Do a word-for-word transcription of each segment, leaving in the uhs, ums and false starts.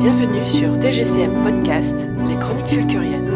Bienvenue sur T G C M Podcast, les chroniques fulcuriennes.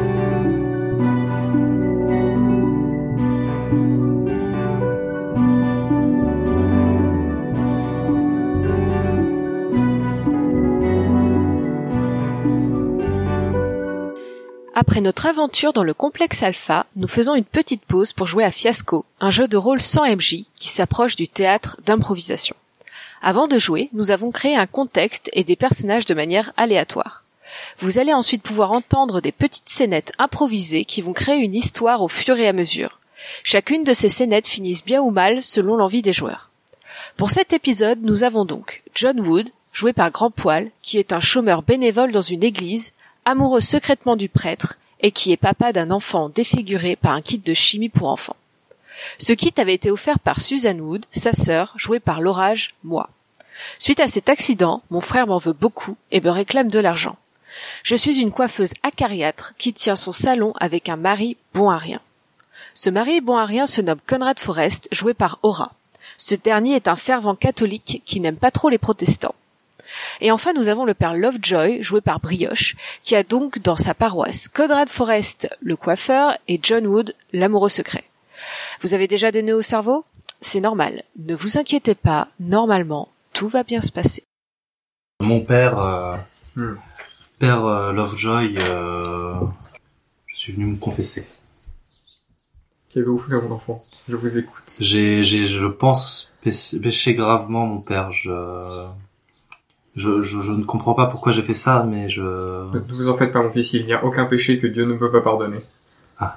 Après notre aventure dans le complexe Alpha, nous faisons une petite pause pour jouer à Fiasco, un jeu de rôle sans M J qui s'approche du théâtre d'improvisation. Avant de jouer, nous avons créé un contexte et des personnages de manière aléatoire. Vous allez ensuite pouvoir entendre des petites scénettes improvisées qui vont créer une histoire au fur et à mesure. Chacune de ces scénettes finissent bien ou mal selon l'envie des joueurs. Pour cet épisode, nous avons donc John Wood, joué par Grand Poil, qui est un chômeur bénévole dans une église, amoureux secrètement du prêtre, et qui est papa d'un enfant défiguré par un kit de chimie pour enfants. Ce kit avait été offert par Suzanne Wood, sa sœur, jouée par l'orage, moi. Suite à cet accident, mon frère m'en veut beaucoup et me réclame de l'argent. Je suis une coiffeuse acariâtre qui tient son salon avec un mari bon à rien. Ce mari bon à rien se nomme Conrad Forrest, joué par Aura. Ce dernier est un fervent catholique qui n'aime pas trop les protestants. Et enfin, nous avons le père Lovejoy, joué par Brioche, qui a donc dans sa paroisse Conrad Forrest, le coiffeur, et John Wood, l'amoureux secret. Vous avez déjà des nœuds au cerveau ? C'est normal. Ne vous inquiétez pas, normalement, tout va bien se passer. Mon père, euh, hmm. père euh, Lovejoy, euh, je suis venu me confesser. Qu'avez-vous fait à mon enfant ? Je vous écoute. J'ai, j'ai, je pense péché, péché gravement, mon père. Je, je, je, je ne comprends pas pourquoi j'ai fait ça, mais je... Ne vous en faites pas, mon fils. Il n'y a aucun péché que Dieu ne peut pas pardonner. Ah.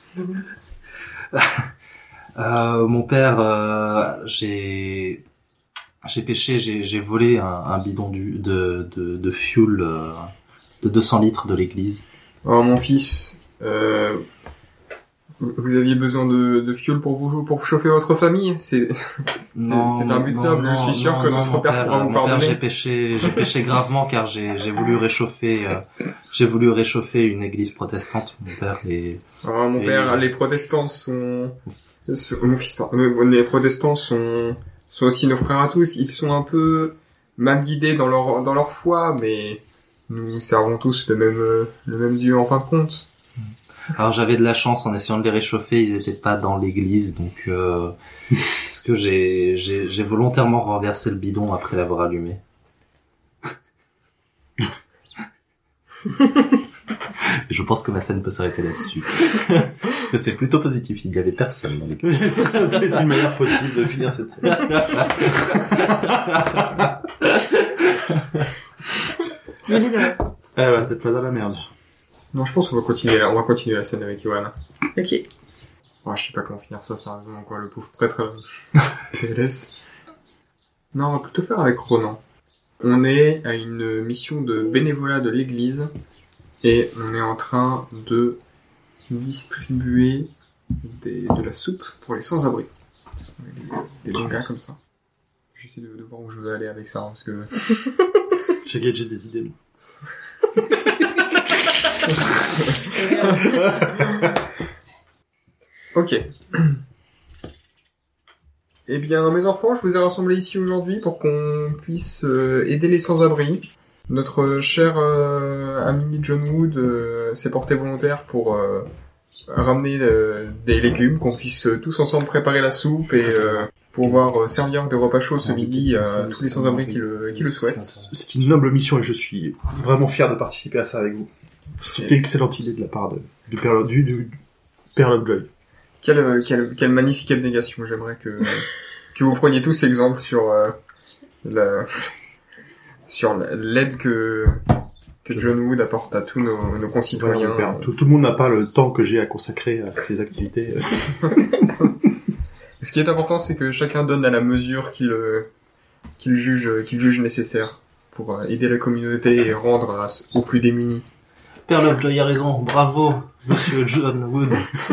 euh, mon père, euh, j'ai, j'ai péché, j'ai, j'ai volé un, un bidon du, de, de, de fuel euh, de deux cents litres de l'église. Oh, mon fils, euh, vous aviez besoin de, de fuel pour vous, pour chauffer votre famille? C'est, non, c'est, c'est un but non, noble. non, je suis sûr non, que non, notre père, père pourra vous mon pardonner. Père, j'ai péché, j'ai péché gravement car j'ai, j'ai voulu réchauffer, euh, j'ai voulu réchauffer une église protestante, mon père, et... Oh, mon et... père, les protestants sont, sont mon fils, pardon, les protestants sont, sont aussi nos frères à tous. Ils sont un peu mal guidés dans leur, dans leur foi, mais nous servons tous le même, le même Dieu en fin de compte. Alors j'avais de la chance en essayant de les réchauffer, ils étaient pas dans l'église, donc euh, parce que j'ai, j'ai, j'ai volontairement renversé le bidon après l'avoir allumé. Je pense que ma scène peut s'arrêter là-dessus. Parce que c'est plutôt positif, il y avait personne dans l'église. C'est une manière positive de finir cette scène. Joli de vrai. Eh ouais, t'es pas dans la merde. Non, je pense qu'on va continuer, on va continuer la scène avec Yoann. Ok. Oh, je sais pas comment finir ça, sérieusement, quoi, le pauvre prêtre, P L S. Non, on va plutôt faire avec Ronan. On est à une mission de bénévolat de l'église, et on est en train de distribuer des, de la soupe pour les sans-abri. Des, des bons gars comme ça. J'essaie de, de voir où je veux aller avec ça, hein, parce que... J'ai gagé des idées, moi. Ok. Eh bien, mes enfants, je vous ai rassemblés ici aujourd'hui pour qu'on puisse euh, aider les sans-abri. Notre cher euh, ami John Wood euh, s'est porté volontaire pour euh, ramener euh, des légumes, qu'on puisse euh, tous ensemble préparer la soupe et euh, pouvoir euh, servir de repas chaud ce midi à tous les sans-abri qui le, qui le souhaitent. C'est une noble mission et je suis vraiment fier de participer à ça avec vous. C'est une excellente idée de la part de, du Père, du, du Père Lovejoy. Quelle, quelle, quelle magnifique abnégation. J'aimerais que, que vous preniez tous exemple sur, euh, la, sur l'aide que, que John Wood apporte à tous nos, nos concitoyens. Ouais, tout, tout le monde n'a pas le temps que j'ai à consacrer à ces activités. Ce qui est important, c'est que chacun donne à la mesure qu'il, qu'il juge, qu'il juge nécessaire pour aider la communauté et rendre à, aux plus démunis. Père Lovejoy a raison, bravo, monsieur John Wood.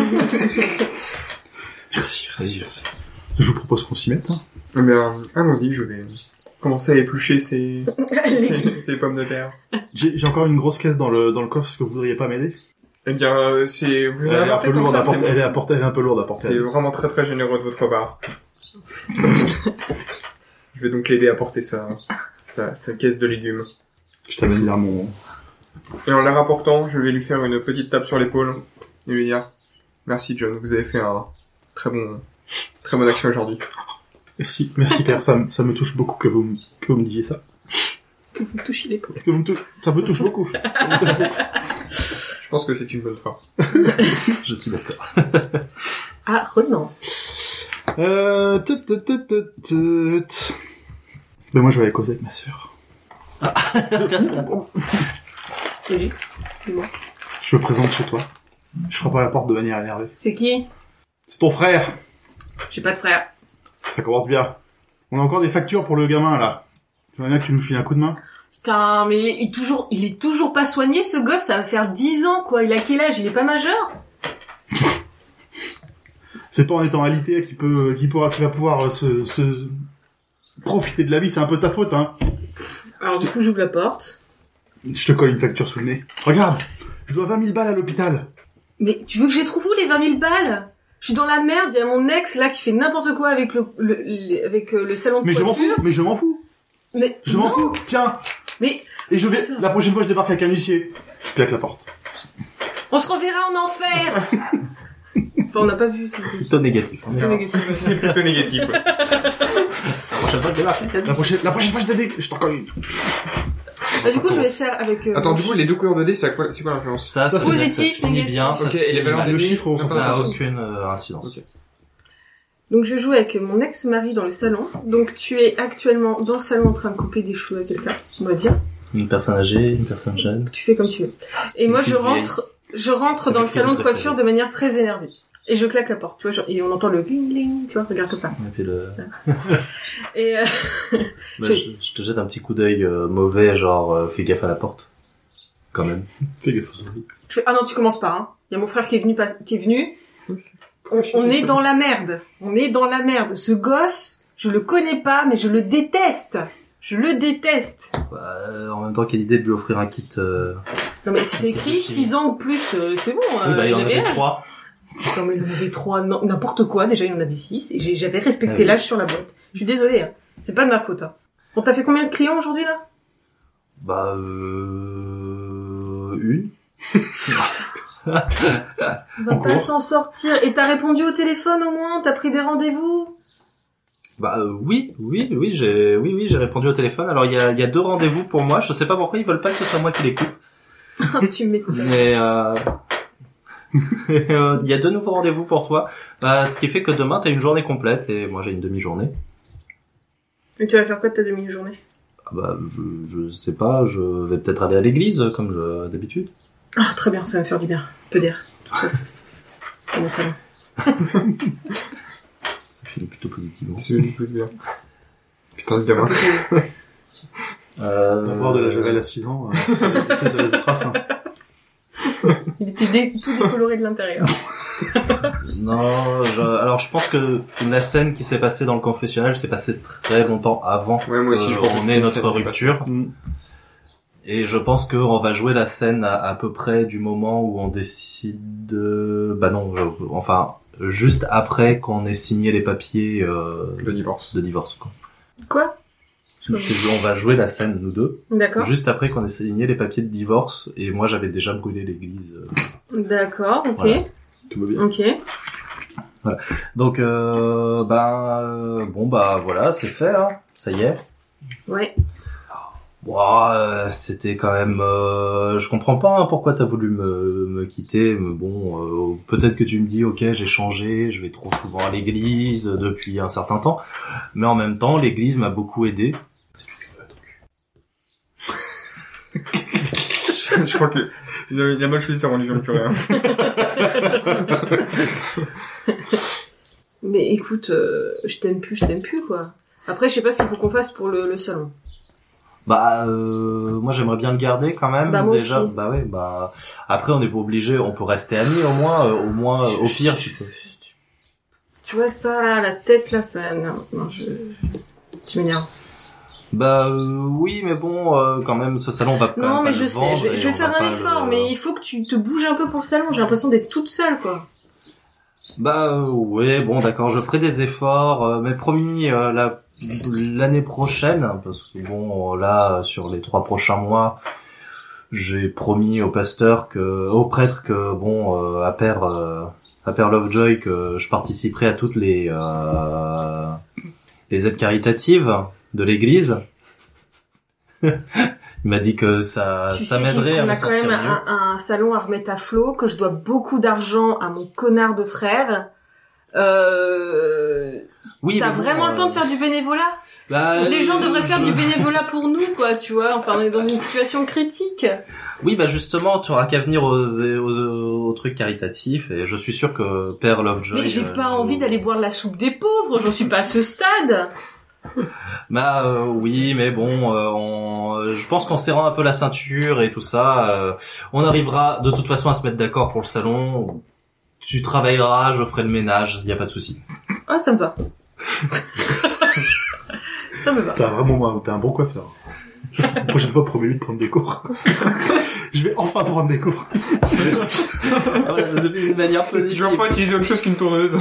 Merci, merci, merci. Je vous propose qu'on s'y mette. Hein. Eh bien, allons-y, je vais commencer à éplucher ces, ces, ces pommes de terre. J'ai, j'ai encore une grosse caisse dans le, dans le coffre, est-ce que vous voudriez pas m'aider? Eh bien, euh, c'est, vous elle, est un peu comme lourde ça, à porter, c'est elle, est à porter, elle est un peu lourde à porter. C'est vraiment très très généreux de votre part. Je vais donc l'aider à porter sa, sa, sa caisse de légumes. Je t'amène vers mon... Et en la rapportant, je vais lui faire une petite tape sur l'épaule et lui dire merci John, vous avez fait un très bon, très bonne action aujourd'hui. Merci, merci père, ça, me- ça me touche beaucoup que vous, me- que vous me disiez ça. Que vous me touchez l'épaule. Que vous me tou- Ça me touche beaucoup. Ça me touche beaucoup. Je pense que c'est une bonne fin. Je suis d'accord. Ah, Renan. Euh... tut, tut, tut, tut, tut. Ben moi je vais aller causer avec ma sœur. Salut. Dis-moi. Je me présente chez toi. Je frappe à la porte de manière énervée. C'est qui? C'est ton frère. J'ai pas de frère. Ça commence bien. On a encore des factures pour le gamin là. Tu veux bien que tu nous files un coup de main? Putain, mais il est toujours, il est toujours pas soigné, ce gosse, ça va faire dix ans, quoi. Il a quel âge? Il est pas majeur? C'est pas en étant alité qui peut, qui pourra, qui va pouvoir euh, se, se profiter de la vie. C'est un peu ta faute, hein. Alors, du coup, j'ouvre la porte. Je te colle une facture sous le nez. Regarde, je dois vingt mille balles à l'hôpital. Mais tu veux que je les trouve où, les vingt mille balles? Je suis dans la merde, il y a mon ex, là, qui fait n'importe quoi avec le, le, le- avec euh, le salon de Mais je m'en coiffure. fous, mais je m'en fous. Mais, Je m'en non. fous. Tiens. Mais, Et je vais, Putain. la prochaine fois, je débarque avec un huissier. Je claque la porte. on se reverra en enfer! Enfin, on n'a pas vu, c'est Plutôt négatif. plutôt négatif. C'est plutôt négatif. Ouais. La prochaine fois, je débarque. La prochaine, la prochaine fois, je t'ai je t'en colle une. Bah, du coup, je vais se faire avec, euh, Attends, mon du coup, les deux couleurs de dés, c'est à quoi, c'est quoi l'influence? Ça, Ça, c'est positif, ça finit négatif. bien. Ça Ok, se et les finit valeurs mal. de Le dés, chiffre, on s'en non, Ça n'a pas aucune euh, incidence. Ok. Donc je joue avec mon ex-mari dans le salon. Donc tu es actuellement dans le salon en train de couper des cheveux à quelqu'un, on va dire. Une personne âgée, une personne jeune. Tu fais comme tu veux. Et C'est moi une je petite rentre, je rentre C'est dans le le salon de film coiffure préféré. de manière très énervée. Et je claque la porte, tu vois, genre, et on entend le bling bling, tu vois, regarde comme ça. On a fait le... Et euh, Bah, Je- je, je te jette un petit coup d'œil euh, mauvais, genre euh, fais gaffe à la porte. Quand même. Fais gaffe aux zombies. je fais, ah non, tu commences pas, hein. Il y a mon frère qui est venu, pas, qui est venu. On, on est dans la merde. On est dans la merde. Ce gosse, je le connais pas, mais je le déteste. Je le déteste. Bah, euh, en même temps, quelle idée de lui offrir un kit. Euh... Non mais c'était écrit six ans ou plus, euh, c'est bon. oui, euh, bah, il y en avait avait l'âge. trois. Non mais il en avait trois, non, n'importe quoi. Déjà il en avait six et j'ai- j'avais respecté Ah oui. l'âge sur la boîte. Je suis désolée, hein. C'est pas de ma faute. Hein. On t'a fait combien de crayons aujourd'hui là? Bah, euh... une. On va En pas cours. s'en sortir. Et t'as répondu au téléphone au moins? T'as pris des rendez-vous? Bah euh, oui, oui, oui, j'ai, oui, oui, j'ai répondu au téléphone. Alors il y a, il y a deux rendez-vous pour moi. Je sais pas pourquoi ils veulent pas que ce soit moi qui les coupe. Tu m'étonnes. Mais euh... il y a deux nouveaux rendez-vous pour toi. Bah, ce qui fait que demain t'as une journée complète et moi j'ai une demi-journée. Et tu vas faire quoi de ta demi-journée? Ah bah, je, je sais pas. Je vais peut-être aller à l'église comme je- d'habitude. Ah très bien, ça va me faire du bien. Un peu d'air, tout seul. Dans mon salon. Ça finit plutôt positivement. C'est une peu bien. Putain de gamin. Euh... Boire de la javel à six ans, euh, ça, laisse- ça, ça laisse des traces, hein. Il était dé- tout décoloré de l'intérieur. Non, je... alors je pense que la scène qui s'est passée dans le confessionnal s'est passée très longtemps avant Ouais, moi aussi, je pense que qu'on c'était ait une notre scène qui rupture. Mm. Et je pense qu'on va jouer la scène à, à peu près du moment où on décide de... Bah non, euh, enfin, juste après qu'on ait signé les papiers euh, Le divorce. de divorce. Quoi. Quoi? C'est, on va jouer la scène, nous deux, D'accord. juste après qu'on ait signé les papiers de divorce. Et moi, j'avais déjà brûlé l'église. euh. D'accord, ok. Voilà. Tout va bien. Ok. Donc, euh, ben, euh, bon, bah voilà, c'est fait, hein. Ça y est. Ouais. Bon, euh, c'était quand même... Euh, je comprends pas hein, pourquoi t'as voulu me, me quitter. Mais bon, euh, peut-être que tu me dis, ok, j'ai changé, je vais trop souvent à l'église depuis un certain temps. Mais en même temps, l'église m'a beaucoup aidé. je, je crois que il a, il a mal choisi sa religion, le curé. Hein. Mais écoute, euh, je t'aime plus, je t'aime plus, quoi. Après, je sais pas ce qu'il faut qu'on fasse pour le, le salon. Bah, euh, moi j'aimerais bien le garder quand même. Bah, moi déjà. aussi. Bah ouais, bah après on n'est pas obligé, on peut rester amis au moins, euh, au moins, euh, au Je- pire je- tu peux. Tu vois ça, là, la tête, là, ça... Non, non, je... Tu m'énerves. Bah euh, oui, mais bon, euh, quand même, ce salon on va quand même Non, pas mais le je sais, vendre je vais, et je vais on faire va un pas effort, le- mais il faut que tu te bouges un peu pour le salon. J'ai l'impression d'être toute seule, quoi. Bah euh, ouais, bon d'accord, je ferai des efforts, euh, mais promis, euh, la l'année prochaine, parce que bon, là, sur les trois prochains mois, j'ai promis au pasteur que, au prêtre que, bon, euh, à Père, euh, à Père Lovejoy, que je participerai à toutes les, euh, les aides caritatives de l'église. Il m'a dit que ça, Tu ça sais m'aiderait à qu'on me a quand sentir même mieux. un, un salon à remettre à flot, que je dois beaucoup d'argent à mon connard de frère. Euh... Oui, T'as mais bon, vraiment euh, le temps de faire du bénévolat? bah, Les gens euh, devraient faire je- du bénévolat pour nous, quoi, tu vois. Enfin, on est dans une situation critique. Oui, bah justement, tu auras qu'à venir aux, aux, aux trucs caritatifs, et je suis sûr que Père Lovejoy... Mais j'ai euh, pas envie d'aller boire la soupe des pauvres, j'en suis pas à ce stade. Bah euh, oui, mais bon, euh, on, je pense qu'en serrant un peu la ceinture et tout ça, euh, on arrivera de toute façon à se mettre d'accord pour le salon. Tu travailleras, je ferai le ménage, y a pas de souci. Ah, ça me va. Ça me va. T'as vraiment, t'es un bon coiffeur. La prochaine fois, promets-lui de prendre des cours. Je vais enfin prendre des cours. Ah ouais, ça s'est fait d'une manière positive. Je vais pas utiliser autre chose qu'une tourneuse.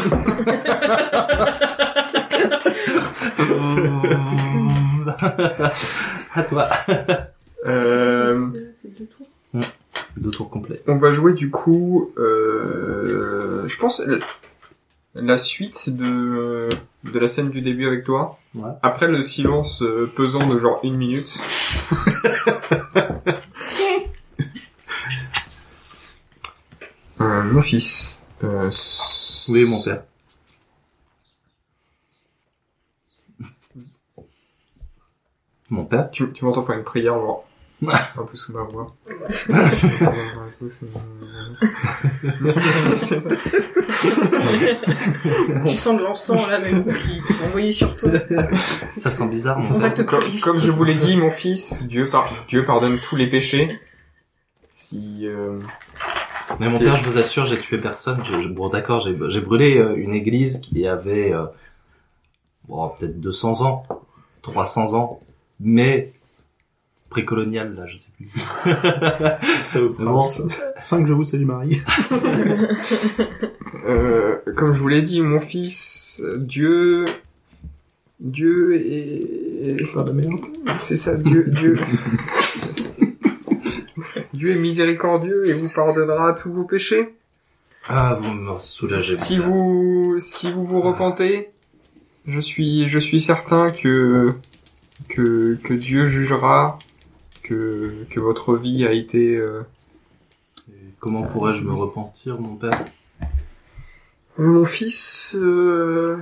À toi. Euh, C'est deux tours. Deux tours complets. on va jouer du coup, euh, je pense, la, la suite de, de la scène du début avec toi. Ouais. Après le silence euh, pesant de genre une minute. euh, mon fils. Euh, s- Oui, mon père. Mon père. Tu, tu m'entends faire une prière, genre, un peu sous ma voix. C'est ça. Tu sens de l'encens, là, même, qui est envoyé sur toi. Ça sent bizarre, mon On va père. te Comme, glorifier. comme je vous l'ai dit, mon fils, Dieu, par- Dieu pardonne tous les péchés. Si, euh, Mais mon père, je vous assure, j'ai tué personne. Je, je- bon, d'accord, j'ai, j'ai brûlé euh, une église qui avait, euh, bon, peut-être deux cents ans, trois cents ans, mais précolonial, là, je sais plus. Ça vous Mais bon. Cinq, je vous salue Marie. euh, comme je vous l'ai dit, mon fils, Dieu, Dieu est, Faire de la merde. c'est ça, Dieu, Dieu, Dieu est miséricordieux et vous pardonnera tous vos péchés. Ah, vous me soulagez. Si mon père. vous, si vous vous repentez, je suis, je suis certain que, que, que Dieu jugera, que, que votre vie a été, euh, Et comment pourrais-je me repentir, mon père? mon fils, euh,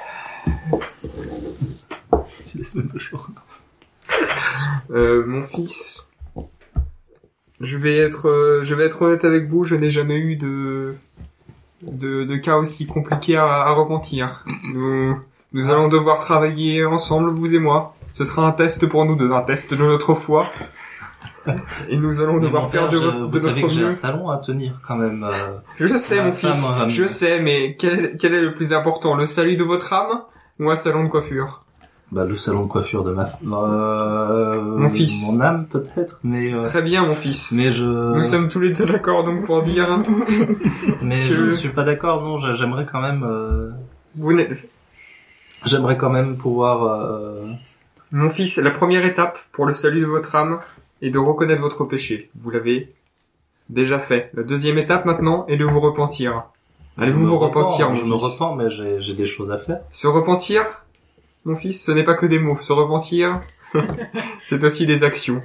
Tu laisses même pas le choix. euh, mon fils, je vais être, euh, je vais être honnête avec vous, je n'ai jamais eu de, de, de cas aussi compliqués à, à repentir. Nous, nous allons devoir travailler ensemble, vous et moi. Ce sera un test pour nous deux, un test de notre foi. Et nous allons Mais devoir mon faire père, de, je- de vous savez que notre j'ai un mieux. salon à tenir, quand même. euh. Je sais, Ma mon femme fils, va me- je sais, mais quel est, quel est le plus important, le salut de votre âme ou un salon de coiffure? Bah, le salon de coiffure de ma femme. Euh, Mon fils. Mon âme, peut-être, mais, euh, Très bien, mon fils. mais je, Nous sommes tous les deux d'accord donc pour dire, mais que- je ne suis pas d'accord, non, je- j'aimerais quand même, euh, vous n'êtes, j'aimerais quand même pouvoir, euh, mon fils, la première étape pour le salut de votre âme est de reconnaître votre péché. Vous l'avez déjà fait. La deuxième étape maintenant est de vous repentir. Allez-vous je vous me repens, repentir, mon Je me fils? repens, mais j'ai, j'ai des choses à faire. Se repentir, mon fils, ce n'est pas que des mots. Se repentir, c'est aussi des actions.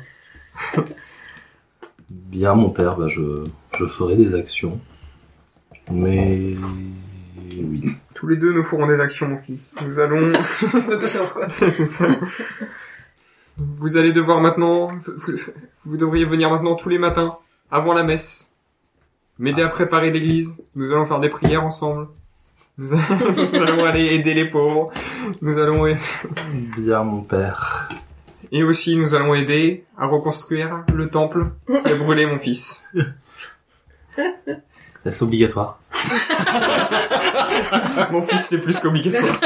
Bien, mon père, bah, je, je ferai des actions. Mais, oui. Tous les deux, nous ferons des actions, mon fils. Nous allons... On peut pas savoir quoi. C'est ça. Vous allez devoir maintenant... Vous, vous devriez venir maintenant tous les matins, avant la messe. M'aider à préparer l'église. Nous allons faire des prières ensemble. Nous, a- nous allons aller aider les pauvres. Nous allons... a- Bien, mon père. Et aussi, nous allons aider à reconstruire le temple qui a brûlé mon fils. Est-ce obligatoire? Mon fils, c'est plus qu'obligatoire.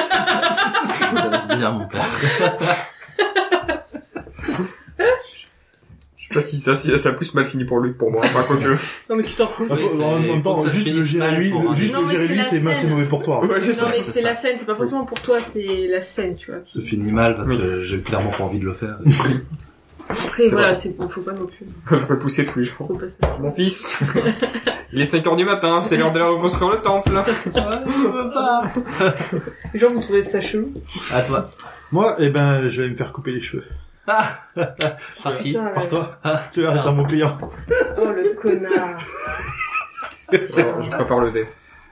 Bien, mon père. Je sais pas si ça, si ça a plus mal fini pour lui que pour moi. Enfin, quoique. Non, mais tu t'en fous. Oui, c'est- c'est- en même faut temps, que ça juste se le finisse gérer mal lui, pour un juste Non, le mais gérer c'est lui, la c'est ma- c'est scène. mauvais pour toi. Ouais, c'est Non, ça. mais c'est c'est ça. la scène, c'est pas forcément pour toi, c'est la scène, tu vois. Se finit mal parce Oui. que j'ai clairement pas envie de le faire. Après, C'est voilà, vrai. c'est, faut pas non plus. Je vais pousser tous les jours. Faut pas se mettre. Mon fils, il est cinq heures du matin, c'est l'heure de reconstruire le temple. Les gens, vous trouvez ça chelou? À toi. Moi, eh ben, je vais me faire couper les cheveux. Par qui? Putain, Par ouais. toi. Tu vas être un bon client. Oh, le connard. Alors, je prépare le dé.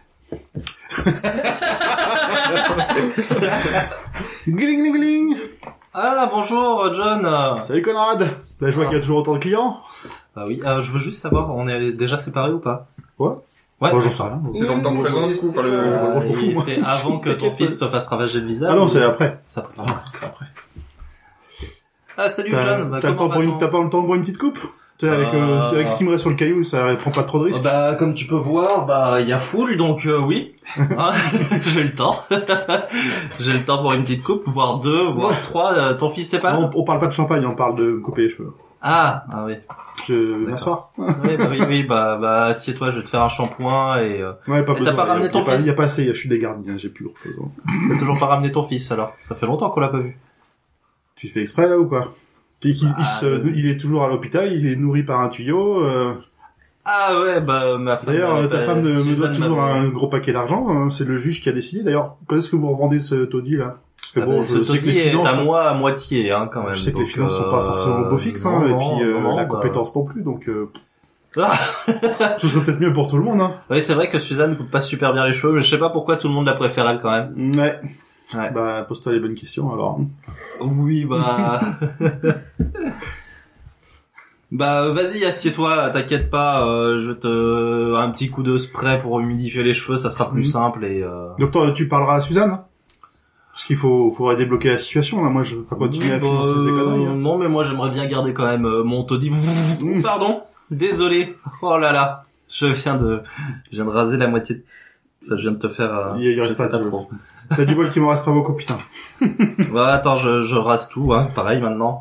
Gling, gling, gling. Ah, bonjour, John. Salut Conrad. Là, je vois Ah. qu'il y a toujours autant de clients. Ah oui, euh, je veux juste savoir, on est déjà séparés ou pas? Quoi? Ouais. Moi, j'en sais rien. C'est dans le temps Oui, présent, oui, du coup, c'est enfin, le- ça. le- Euh, je m'en fous, et moi. c'est avant que ton T'inquiète fils pas. se fasse ravager le visage? Ah non, ou- c'est après. Ça... Ah, c'est après. Ah, salut T'as John. Bah, t'as le comment temps pour une, va-t-on? t'as pas le temps pour une petite coupe? Tu sais, avec, euh, Euh. avec ce qui me reste sur le caillou, ça prend pas trop de Oh, risques. bah, comme tu peux voir, bah, il y a foule, donc euh, oui. Hein, j'ai le temps. J'ai le temps pour une petite coupe, voire deux, voire Ouais. trois. Euh, ton fils c'est pas là? on, on parle pas de champagne, on parle de me couper les cheveux. Ah, ah oui. Je vais m'asseoir. Oui, bah, oui, oui, bah, bah, assieds-toi, je vais te faire un shampoing et euh, Ouais, pas t'as besoin. pas ramené y a, ton y a pas, fils y a pas assez, je suis dégarni, hein, j'ai plus grand chose. t'as toujours pas ramené ton fils alors. Ça fait longtemps qu'on l'a pas vu. Tu fais exprès, là, ou quoi? Et qu'il- Bah, il, se, euh, il est toujours à l'hôpital, il est nourri par un tuyau, euh... Ah ouais, bah, ma femme. D'ailleurs, euh, ta bah, femme me doit Suzanne toujours m'a- un gros paquet d'argent, hein, c'est le juge qui a décidé. D'ailleurs, quand est-ce que vous revendez ce taudis, là? Parce que Ah bon, bah, je ce sais que les taudis est finances... à moi à moitié, hein, quand même. Je sais que les donc, finances sont pas euh, forcément au beau fixe, hein, non, et puis euh, non, non, la bah. compétence non plus, donc euh, Ah ce serait peut-être mieux pour tout le monde, hein. Oui, c'est vrai que Suzanne coupe pas super bien les cheveux, mais je sais pas pourquoi tout le monde la préfère elle quand même. Ouais. Ouais. Bah, pose-toi les bonnes questions, alors. Oui, bah... bah, vas-y, assieds-toi, t'inquiète pas, euh, je te... un petit coup de spray pour humidifier les cheveux, ça sera plus Mhm. simple et... Euh... Donc, toi, tu parleras à Suzanne? Parce qu'il faut, faudrait débloquer la situation, là. Moi, je veux pas continuer à Oui, bah, financer ces conneries, euh, hein. Non, mais moi j'aimerais bien garder quand même euh, mon taudis. Mm. Pardon, désolé. Oh là là, je viens de... Je viens de raser la moitié... de- Enfin, je viens de te faire... Euh... Il, il je reste sais pas, pas de- trop. T'as du bol qu'il m'en reste pas beaucoup, putain. Bah, attends, je, je rase tout, hein, pareil maintenant.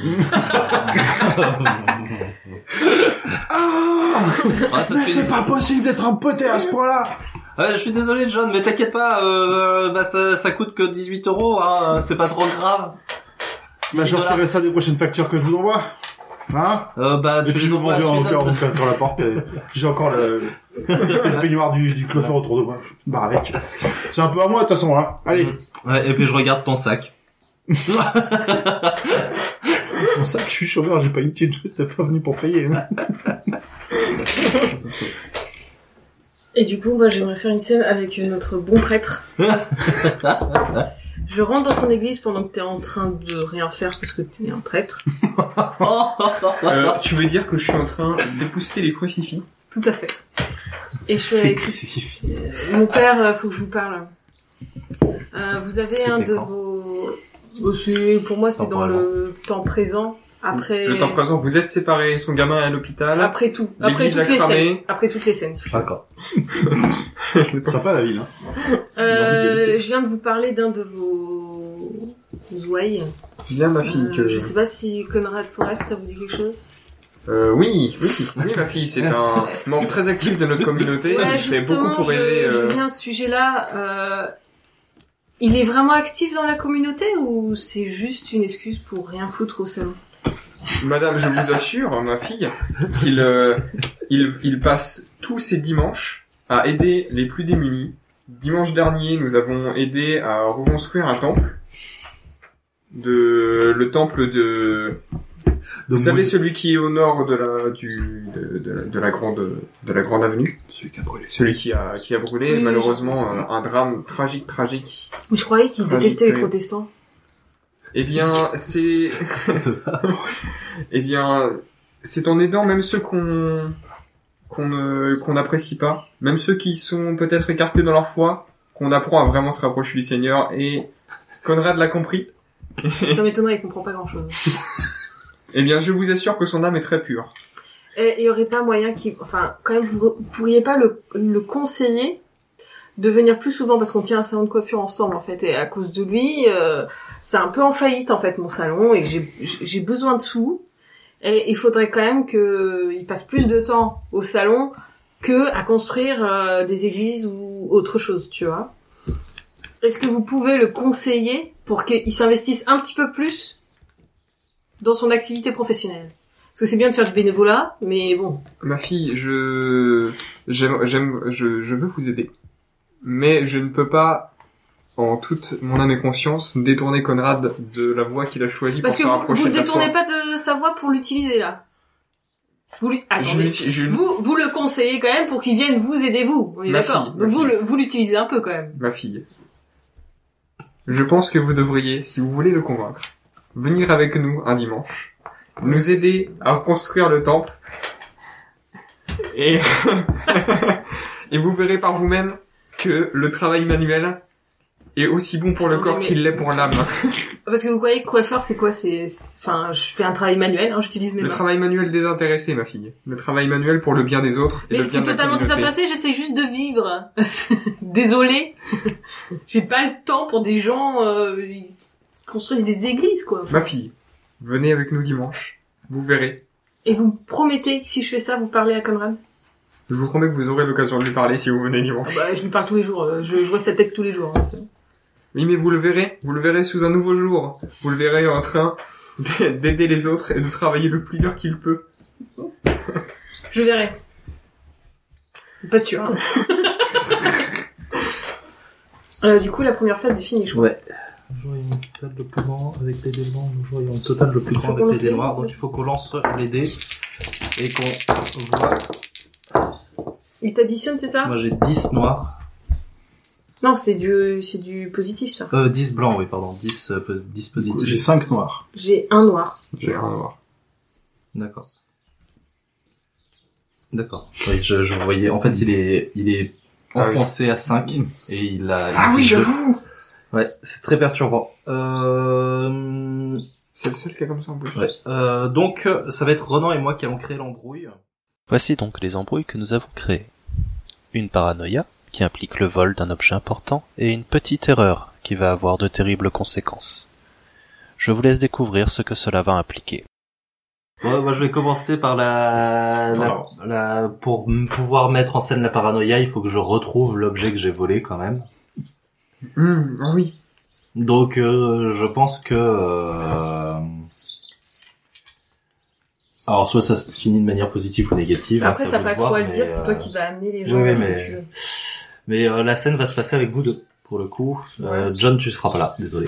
Ah, ça Mais fait- c'est pas possible d'être empoté à ce point-là! Ouais, je suis désolé, John, mais t'inquiète pas, euh, bah ça, ça coûte que dix-huit euros, hein, c'est pas trop grave. Bah, je retirerai ça des prochaines factures que je vous envoie. Hein? Euh, bah, Et tu puis les je vous envoies à vendrai Suzanne. encore, encore la porte. et J'ai encore le, c'est le peignoir du, du coiffeur autour de moi. Bah avec. C'est un peu à moi de toute façon, hein. Allez. Ouais, et puis je regarde ton sac. Mon sac, je suis chômeur, j'ai pas une thune, t'es pas venu pour payer. Hein. Et du coup, moi, j'aimerais faire une scène avec euh, notre bon prêtre. Je rentre dans ton église pendant que t'es en train de rien faire parce que t'es un prêtre. Euh, tu veux dire que je suis en train d'épousseter les crucifix? Tout à fait. Et je suis avec euh, mon père, euh, faut que je vous parle. Euh, vous avez C'était un de quand vos... Oh, c'est- pour moi, c'est dans le temps présent. Après... Le temps présent, vous êtes séparés, son gamin est à l'hôpital. Après tout. Après L'église toutes a les cramé. scènes. Après toutes les scènes. D'accord. Sympa la ville, hein. Euh, je viens de vous parler d'un de vos ouailles. Bien, ma fille, Euh, que... Je sais pas si Conrad Forrest, ça vous dit quelque chose? Euh, oui, oui, oui, ma fille, c'est un membre très actif de notre communauté. Ouais, Il fait justement, beaucoup pour je, aider, euh, je viens à ce sujet-là. Euh, il est vraiment actif dans la communauté ou c'est juste une excuse pour rien foutre au salon? Madame, je vous assure, ma fille, qu'il euh, il, il passe tous ses dimanches à aider les plus démunis. Dimanche dernier, nous avons aidé à reconstruire un temple. De, le temple de, vous savez, celui qui est au nord de la, du, de, de, la, de la grande, de la grande avenue. Celui qui a brûlé. Celui qui a, qui a brûlé, Oui, malheureusement, euh, un drame tragique, tragique. Mais je croyais qu'il Ah, détestait les oui. protestants. Eh bien, c'est... eh bien, c'est en aidant même ceux qu'on qu'on ne qu'on n'apprécie pas, même ceux qui sont peut-être écartés dans leur foi, qu'on apprend à vraiment se rapprocher du Seigneur. Et Conrad l'a compris. Ça m'étonnerait, il comprend pas grand-chose. Eh bien, je vous assure que son âme est très pure. Et il y aurait pas moyen qu'il... Enfin, quand même, vous pourriez pas le, le conseiller de venir plus souvent parce qu'on tient un salon de coiffure ensemble, en fait. Et à cause de lui, euh, c'est un peu en faillite, en fait, mon salon. Et j'ai j'ai besoin de sous. Et il faudrait quand même qu'il passe plus de temps au salon que à construire euh, des églises ou autre chose, tu vois. Est-ce que vous pouvez le conseiller pour qu'il s'investisse un petit peu plus dans son activité professionnelle? Parce que c'est bien de faire du bénévolat, mais bon. Ma fille, je, j'aime, j'aime, je, je veux vous aider. Mais je ne peux pas, en toute mon âme et conscience, détourner Conrad de la voie qu'il a choisie pour Parce se que vous, rapprocher vous le de la détournez foi. pas de sa voix pour l'utiliser, là. Vous lui, attendez. Je, je, Vous, vous le conseillez quand même pour qu'il vienne vous aider vous. On est Ma d'accord. fille, ma Donc vous fille. le, vous l'utilisez un peu quand même. Ma fille. Je pense que vous devriez, si vous voulez le convaincre, venir avec nous un dimanche, nous aider à reconstruire le temple, et, et vous verrez par vous-même que le travail manuel est aussi bon pour le Attendez, corps mais- qu'il l'est pour l'âme. Parce que vous croyez que coiffeur c'est quoi? C'est, c'est- enfin, je fais un travail manuel, hein, j'utilise mes Le mains. travail manuel désintéressé, ma fille. Le travail manuel pour le bien des autres et Mais le bien c'est de la totalement communauté. désintéressé, j'essaie juste de vivre. Désolée. J'ai pas le temps pour des gens euh, qui construisent des églises, quoi. Ma fille, venez avec nous dimanche. Vous verrez. Et vous me promettez que si je fais ça, vous parlez à Conrad? Je vous promets que vous aurez l'occasion de lui parler si vous venez Ah dimanche. bah, je lui parle tous les jours, euh, je, je vois sa tête tous les jours. Hein, c'est- Oui, mais vous le verrez. Vous le verrez sous un nouveau jour. Vous le verrez en train d'aider les autres et de travailler le plus dur qu'il peut. Je verrai. Pas sûr. Hein. euh, du coup, la première phase est finie, je crois. Ouais. Nous jouons une table de plus grand avec des dés blancs. Nous jouons une totale de plus Faut grand qu'on avec lance les dés les noirs. dés. Donc il faut qu'on lance les dés et qu'on voit. Il t'additionne, c'est ça? Moi j'ai dix noirs. Non, c'est du, c'est du positif, ça. Euh, dix blancs, oui, pardon. dix, euh, po- dix positifs. J'ai cinq noirs. J'ai un noir. J'ai un noir. D'accord. D'accord. Oui, je, je voyais. En fait, il est, il est Ah oui. enfoncé à cinq et il a. il Ah a oui, deux. j'avoue! Ouais, c'est très perturbant. Euh... C'est le seul qui est comme ça en plus. Ouais. Euh, donc, ça va être Renan et moi qui allons créer l'embrouille. Voici donc les embrouilles que nous avons créées. Une paranoïa, qui implique le vol d'un objet important, et une petite erreur, qui va avoir de terribles conséquences. Je vous laisse découvrir ce que cela va impliquer. Ouais, moi je vais commencer par la, la, Alors. la, pour m- pouvoir mettre en scène la paranoïa, il faut que je retrouve l'objet que j'ai volé quand même. Hum, ah oui. Donc, euh, je pense que, euh... alors soit ça se finit de manière positive ou négative. hein, Après, ça t'as vous pas de voir, trop à le mais, dire, c'est euh, toi qui vas amener les gens. oui, oui, à ce mais- que tu veux. Mais euh, la scène va se passer avec vous deux, pour le coup. Euh, John, tu seras pas là, désolé.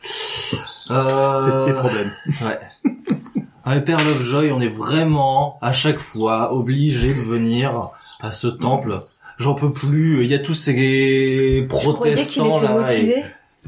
Euh... C'est tes problèmes. Ouais. Avec Pearl of Joy, on est vraiment, à chaque fois, obligé de venir à ce temple. J'en peux plus, il y a tous ces Je croyais qu'il protestants était là. motivé.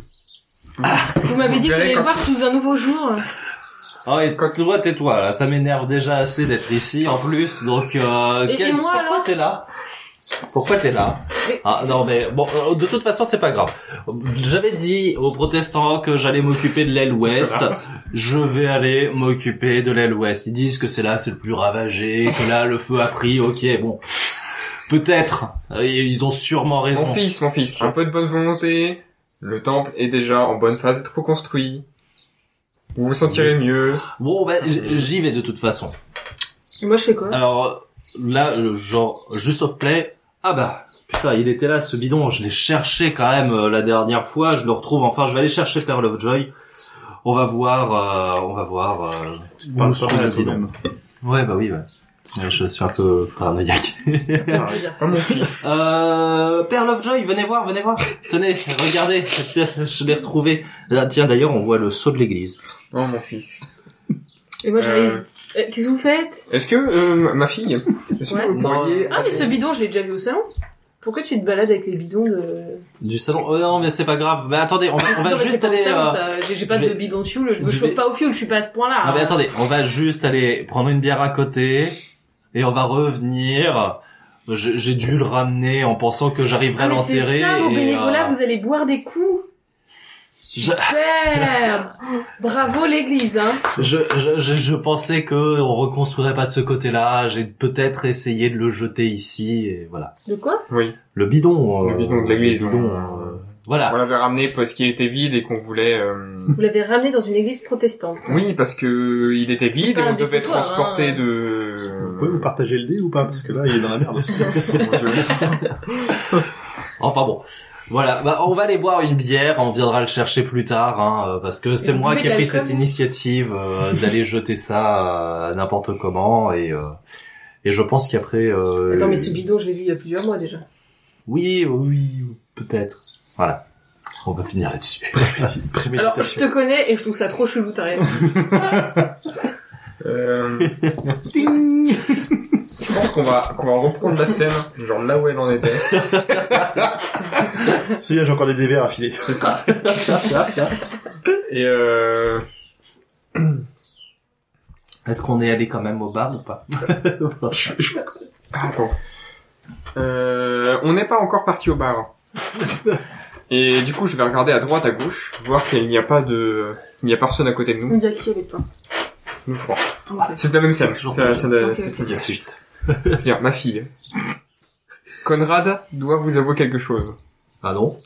Vous m'avez dit que Vous j'allais verrez le quand voir sous un nouveau jour. Et... Ah et quand toi, tais-toi, là, ça m'énerve déjà assez d'être ici, en plus, donc euh, Et- quel- et moi, pourquoi alors t'es là? Pourquoi t'es là? Mais- Ah non mais bon, euh, de toute façon c'est pas grave. J'avais dit aux protestants que j'allais m'occuper de l'aile ouest. Je vais aller m'occuper de l'aile ouest. Ils disent que c'est là, c'est le plus ravagé, que là le feu a pris. Ok, bon, peut-être. Euh, Ils ont sûrement raison. Mon fils, mon fils, un peu de bonne volonté. Le temple est déjà en bonne phase d'être reconstruit. Vous vous sentirez mieux. Bon, ben j- j'y vais de toute façon. Et moi, je fais quoi? Alors là, le genre juste off play. Ah bah. Putain, il était là, ce bidon. Je l'ai cherché quand même euh, la dernière fois. Je le retrouve. Enfin, je vais aller chercher Pearl of Joy. On va voir. Euh, on va voir. Euh, où Parle se pas trouve de le bidon. toi-même. Ouais, bah oui, ouais. Ouais, je suis un peu paranoïaque. Ah, Oh mon fils. euh, Pearl of Joy, venez voir, venez voir. Tenez, regardez. Tiens, je l'ai retrouvé. Là, tiens, d'ailleurs, on voit le sceau de l'église. Oh mon fils. Et moi, j'arrive. Euh, Euh, Qu'est-ce que vous faites? Est-ce que, euh, ma fille, est-ce Ouais. que vous pourriez... Ah, mais ce bidon, je l'ai déjà vu au salon. Pourquoi tu te balades avec les bidons de... Du salon. Oh non, mais c'est pas grave. Mais attendez, on va, on Non, va mais c'est juste pas au aller. salon, euh, ça. J'ai j'ai pas je vais- de bidon de fioul, je me je chauffe vais- pas au fioul, je suis pas à ce point-là. Non mais hein. attendez, on va juste aller prendre une bière à côté et on va revenir. Je- J'ai dû le ramener en pensant que j'arriverais Ah, à mais c'est l'enterrer. ça, vos et, bénévolats, euh, vous allez boire des coups. Je, Super. Bravo l'église, hein. je, je, je, je pensais que on reconstruirait pas de ce côté-là. J'ai peut-être essayé de le jeter ici et voilà. De quoi? Oui. Le bidon. Le euh, bidon de l'église, Le bidon, ouais. euh, Voilà. On l'avait ramené parce qu'il était vide et qu'on voulait... Euh... Vous l'avez ramené dans une église protestante. Oui, parce que il était C'est vide et pas un on devait défoutoir, transporter hein. de... Vous pouvez vous partager le dé ou pas? Parce que là, il est dans la merde aussi. Enfin bon. Voilà, bah, on va aller boire une bière, on viendra le chercher plus tard, hein, euh, parce que c'est vous moi buvez qui ai de pris l'alcool, cette vous initiative euh, d'aller jeter ça euh, n'importe comment, et euh, et je pense qu'après... Euh, Attends, mais ce bidon, je l'ai vu il y a plusieurs mois déjà. Oui, oui, peut-être. Voilà. On va finir là-dessus. Alors, je te connais et je trouve ça trop chelou, t'as rien. Euh... Je pense qu'on va, qu'on va reprendre la scène, genre là où elle en était. C'est bien, j'ai encore des dés verts à filer. C'est ça. Et euh... Est-ce qu'on est allé quand même au bar ou pas? je, je... Ah, attends. Euh... On n'est pas encore parti au bar. Et du coup, je vais regarder à droite, à gauche, voir qu'il n'y a pas de... Il n'y a personne à côté de nous. Il y a qui avec toi? Nous trois. Ok. C'est la même scène. C'est toujours C'est la comme scène ça. de Ok, cette ok. musique. Suite. Bien, ma fille. Conrad doit vous avouer quelque chose. Ah non?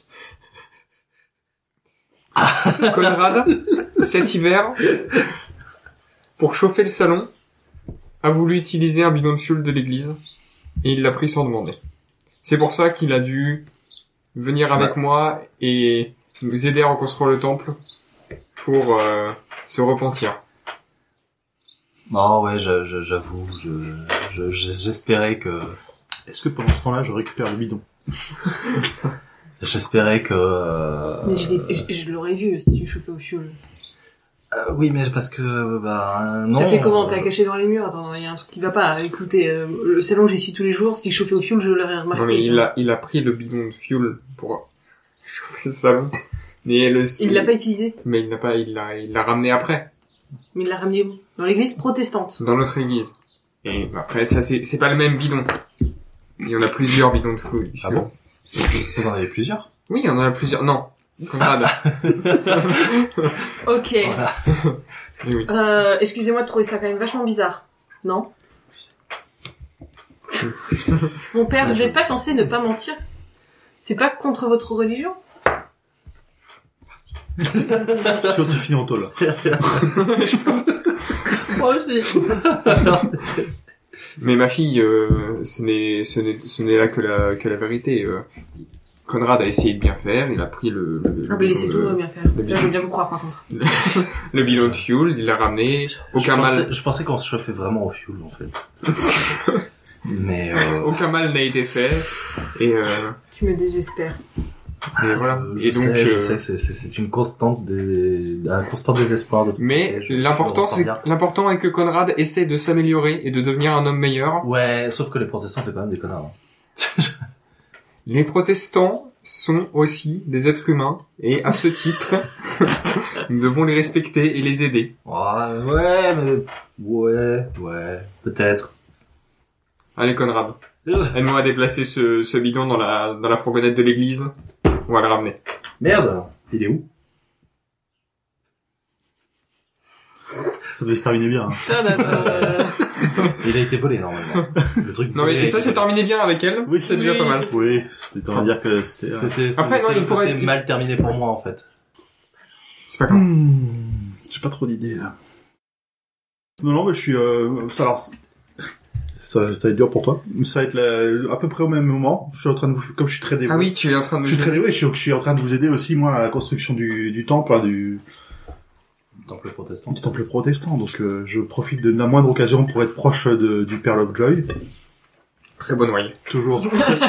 Conrad, cet hiver, pour chauffer le salon, a voulu utiliser un bidon de fuel de l'église, et il l'a pris sans demander. C'est pour ça qu'il a dû venir avec Ouais. moi et nous aider à reconstruire le temple pour euh, se repentir. Non, ouais, je- je- j'avoue, je, je, je- j'espérais que, Est-ce que pendant ce temps-là, je récupère le bidon? j'espérais que. Euh, Mais je, l'ai- je, je l'aurais vu si tu chauffais au fioul. euh, oui, mais parce que bah non. T'as fait comment? T'as euh, caché dans les murs? Attends, il y a un truc qui va pas. Écoutez, euh, le salon j'y suis tous les jours, si je chauffais au fioul, je l'aurais remarqué. Non mais il a, il a pris le bidon de fuel pour chauffer le salon. Mais le, Il l'a pas utilisé, mais il n'a pas, il l'a, il l'a ramené après. mais il l'a ramené où? Dans l'église protestante. Dans notre église. Et après, ça, c'est, c'est pas le même bidon. Il y en a plusieurs bidons de fuel. Ah bon? Vous en avez plusieurs? Oui, il y en a plusieurs. Non. Conrad. Ok. Voilà. Oui, oui. Euh, excusez-moi de trouver ça quand même vachement bizarre. Non? Mon père, vous n'êtes pas censé ne pas mentir? C'est pas contre votre religion? Si on te finit en tôle. Moi aussi. Mais ma fille, euh, ce n'est, ce n'est, ce n'est là que la, que la vérité. Euh, Conrad a essayé de bien faire. Il a pris le, le, Ah bah laissez tout le, bien faire. le Ça, je veux bien vous croire par contre. le bidon de fuel. Il l'a ramené. Je Aucun pensais, mal, je pensais qu'on se chauffait vraiment au fuel en fait. Mais euh, aucun mal n'a été fait. Et, euh, Tu me désespères. et voilà. je, je Et donc, sais, je euh, sais, c'est, c'est, c'est une constante des, un constant désespoir de tout mais côté, je- l'important, je c'est, ressens bien. l'important est que Conrad essaie de s'améliorer et de devenir un homme meilleur. Ouais, sauf que les protestants c'est quand même des connards. hein. Les protestants sont aussi des êtres humains et à ce titre, nous devons les respecter et les aider. Ouais, ouais, mais ouais, ouais, peut-être. Allez Conrad, aide-moi à déplacer ce, ce bidon dans la, dans la fourgonnette de l'église. On va le ramener. Merde, il est où? Ça devait se terminer bien. hein. Euh, Il a été volé normalement. Le truc. Non volé mais a ça été c'est terminé bien avec elle. Oui, c'est déjà oui, pas mal. c'est- Oui, c'était à dire que c'était... C'est, euh, c'est, c'est, Après, c'est non, le il pourrait côté être- mal terminé pour moi en fait. C'est pas grave. Hmm, j'ai pas trop d'idées, là. Non, non, mais je suis... Euh, ça, alors, ça, ça va être dur pour toi. Mais ça va être la- à peu près au même moment. Je suis en train de vous... Comme je suis très dévoué... Ah oui, tu es en train de Je me suis très dire. dévoué, je suis, je suis en train de vous aider aussi, moi, à la construction du, du temple, hein, du, Temple protestant. du temple protestant. Donc, euh, je profite de la moindre occasion pour être proche de, du Pearl of Joy. Très bonne oreille. Toujours...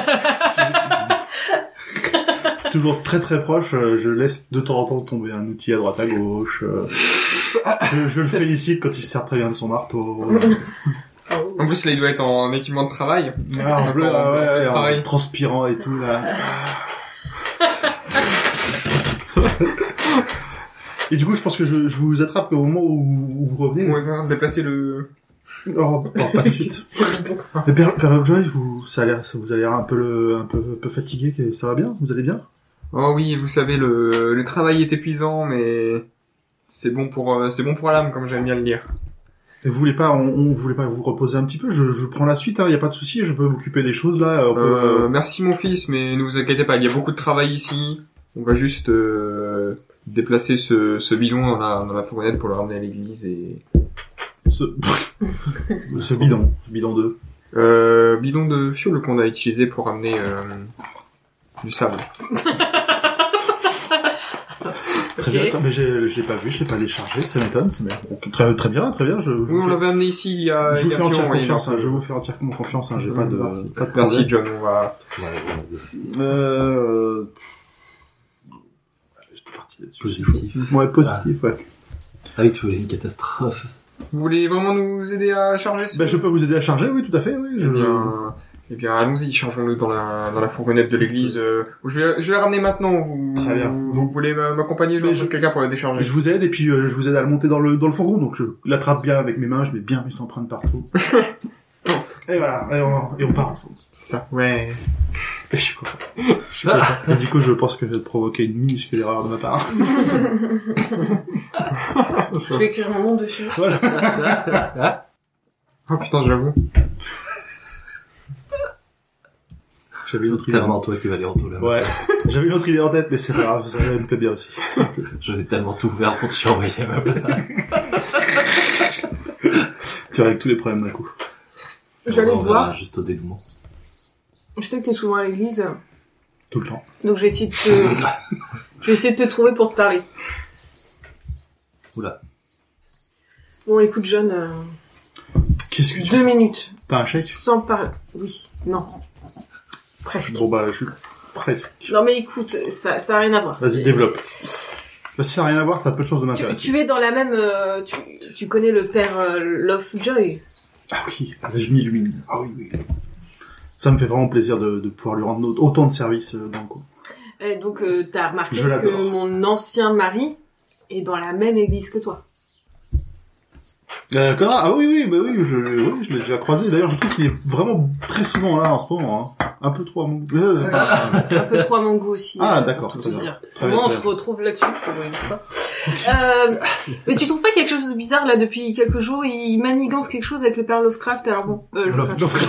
Toujours très très proche, euh, je laisse de temps en temps tomber un outil à droite à gauche. euh, je, je le félicite quand il se sert très bien de son marteau. En plus là il doit être en équipement de travail. Ah, en bleu, Encore ah, ouais, en ouais, en travail. transpirant et tout là. Et du coup, je pense que je, je vous attrape au moment où, où vous revenez. On va déplacer le... Oh, oh, pas tout de suite. Mais Pearl Pearl of Joy, vous, ça a l'air, ça vous a l'air un peu, le- un peu, un peu fatigué. que- Ça va bien? Vous allez bien? Oh oui, vous savez, le, le travail est épuisant, mais c'est bon pour, euh, c'est bon pour l'âme, comme j'aime bien le dire. Et vous voulez pas, on, on voulait pas vous reposer un petit peu? Je, je prends la suite, hein, y a pas de souci, je peux m'occuper des choses là. On peut, Euh, euh, merci mon fils, mais ne vous inquiétez pas, il y a beaucoup de travail ici. On va juste euh, déplacer ce, ce bidon dans la, dans la fourgonnette pour le ramener à l'église et... Ce, ce bidon, bidon deux. Euh, bidon de fuel qu'on a utilisé pour ramener euh, du sable. Très bien, attends, mais j'ai, je l'ai pas vu, je l'ai pas déchargé, ça m'étonne. Ça m'étonne. Très, très bien, très bien. Je, je Oui, vous on fais, l'avait amené ici il y a... je vous il y a fais entière environ, confiance. oui, Hein, je vous fais entièrement confiance. Hein, j'ai pas de, Merci. pas de Merci problème. John, on va... Euh... J'étais parti là-dessus. Positif. Ouais, positif, ouais. Ah oui, tu voulais une catastrophe. Vous voulez vraiment nous aider à charger ce... Ben, je peux vous aider à charger, oui, tout à fait, oui. Eh Je... bien, eh bien, allons-y, changeons-le dans la, dans la fourgonnette de l'église. Euh, je vais, je vais la ramener maintenant. Vous, Très bien. Vous, Donc- vous voulez m'a- m'accompagner? Je Mais vais je- quelqu'un pour la décharger. Je vous aide et puis euh, je vous aide à le monter dans le dans le fourgon. Donc je l'attrape bien avec mes mains, je mets bien mes empreintes partout. Et voilà, et on, et on part ensemble. Ça, ouais. Et je suis content. Je suis content. Et du coup, je pense que je vais te provoquer une minuscule erreur de ma part. Je vais écrire mon nom dessus. Voilà. Oh putain, j'avoue. J'avais une autre C'est idée. tellement en- toi qui va aller en tout là. Ouais. J'avais une autre idée en tête, mais c'est pas grave, ça me plaît bien aussi. Je vais tellement tout faire pour te surveiller à ma place. Tu règles tous les problèmes d'un coup. J'allais On te verra voir. juste au dénouement. Je sais que t'es souvent à l'église, Tout le temps. donc je vais essayer de te, je vais essayer de te trouver pour te parler. Oula. Bon, écoute, John, euh, Qu'est-ce que tu deux minutes, T'as un chèque? sans parler. Oui, non. Presque. Bon bah, je suis presque. Non mais écoute, ça, ça a rien à voir. Vas-y, C'est- développe. Bah, si ça n'a rien à voir, ça a peu de choses de Tu, m'intéresser. tu es dans la même, euh, tu, tu connais le père euh, Lovejoy. Ah oui, avec je m'illumine. Ah oui, oui. Ça me fait vraiment plaisir de, de pouvoir lui rendre autant de services euh, dans le coup. Et donc euh, t'as remarqué Je l'adore. que mon ancien mari est dans la même église que toi. Euh, Connard, ah oui, oui, bah oui, je, oui, je l'ai déjà croisé. D'ailleurs, je trouve qu'il est vraiment très souvent là en ce moment. Hein. Un peu trop à mon goût. Euh, Un peu trop à mon goût aussi. Ah, euh, d'accord, pour tout très te bien. dire. Très Au bien, moins, on très se bien. retrouve là-dessus pour une fois. Euh, mais tu trouves pas quelque chose de bizarre là depuis quelques jours? Il manigance quelque chose avec le père Lovecraft. Alors bon, euh, Lovecraft.